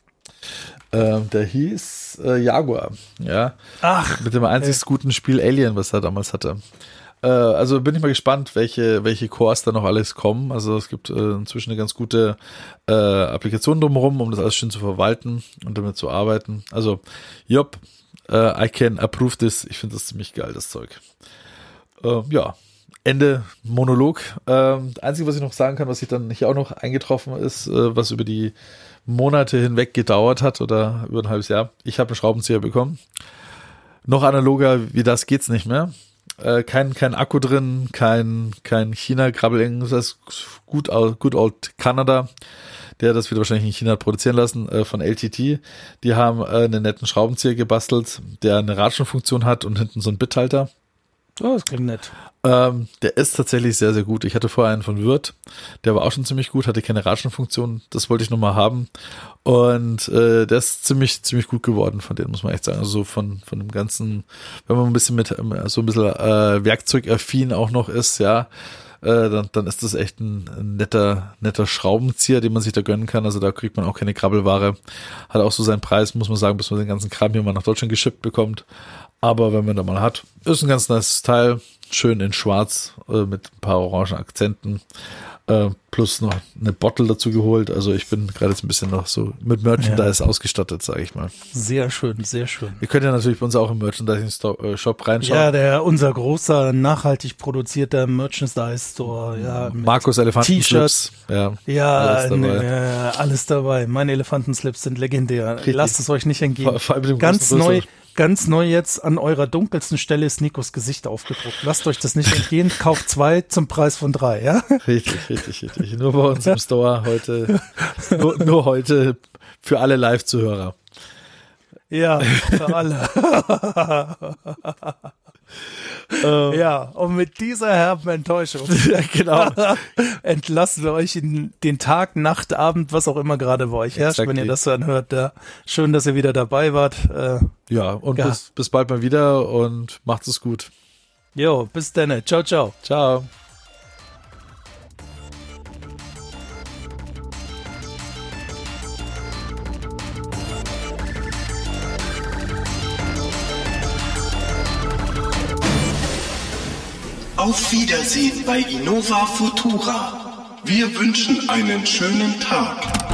äh, der hieß äh, Jaguar, ja. Ach. Mit dem einzig guten Spiel Alien, was er damals hatte. Äh, also bin ich mal gespannt, welche, welche Cores da noch alles kommen. Also es gibt äh, inzwischen eine ganz gute äh, Applikation drumherum, um das alles schön zu verwalten und damit zu arbeiten. Also, jopp. Uh, I can approve this. Ich finde das ziemlich geil, das Zeug. Uh, ja, Ende Monolog. Uh, das Einzige, was ich noch sagen kann, was sich dann hier auch noch eingetroffen ist, uh, was über die Monate hinweg gedauert hat oder über ein halbes Jahr. Ich habe einen Schraubenzieher bekommen. Noch analoger wie das geht's nicht mehr. Uh, kein, kein Akku drin, kein, kein China-Krabbel, das ist gut, good old Kanada. Der das wieder wahrscheinlich in China hat produzieren lassen, äh, von L T T. Die haben äh, einen netten Schraubenzieher gebastelt, der eine Ratschenfunktion hat und hinten so einen Bithalter. Oh, das klingt nett. Ähm, der ist tatsächlich sehr, sehr gut. Ich hatte vorher einen von Würth, der war auch schon ziemlich gut, hatte keine Ratschenfunktion. Das wollte ich nochmal haben. Und äh, der ist ziemlich, ziemlich gut geworden, von denen muss man echt sagen. Also so von, von dem ganzen, wenn man ein bisschen mit, so ein bisschen äh, werkzeugaffin auch noch ist, ja, Äh, dann, dann ist das echt ein, ein netter, netter Schraubenzieher, den man sich da gönnen kann. Also da kriegt man auch keine Krabbelware. Hat auch so seinen Preis, muss man sagen, bis man den ganzen Kram hier mal nach Deutschland geschippt bekommt. Aber wenn man da mal hat, ist ein ganz nice Teil. Schön in schwarz, äh, mit ein paar orangen Akzenten. Äh, plus noch eine Bottle dazu geholt. Also ich bin gerade jetzt ein bisschen noch so mit Merchandise ja. ausgestattet, sage ich mal. Sehr schön, sehr schön. Ihr könnt ja natürlich bei uns auch im Merchandising-Shop reinschauen. Ja, der unser großer, nachhaltig produzierter Merchandise-Store. Ja, Markus Elefantenslips. Ja, ja alles dabei. Ne, alles dabei. Meine Elefantenslips sind legendär. Richtig. Lasst es euch nicht entgehen. Vor, vor allem mit dem Ganz großen neu. Rüssel. Ganz neu jetzt an eurer dunkelsten Stelle ist Nikos Gesicht aufgedruckt. Lasst euch das nicht entgehen. Kauft zwei zum Preis von drei, ja? Richtig, richtig, richtig. Nur bei uns im Store heute, nur, nur heute für alle Live-Zuhörer. Ja, für alle. Ja, und mit dieser herben Enttäuschung ja, genau. entlassen wir euch in den Tag, Nacht, Abend, was auch immer gerade bei euch herrscht, exactly. Wenn ihr das dann hört. Ja. Schön, dass ihr wieder dabei wart. Äh, ja, und ja. Bis, bis bald mal wieder und macht es gut. Jo, bis dann. Ciao, ciao. Ciao. Auf Wiedersehen bei Innova Futura. Wir wünschen einen schönen Tag.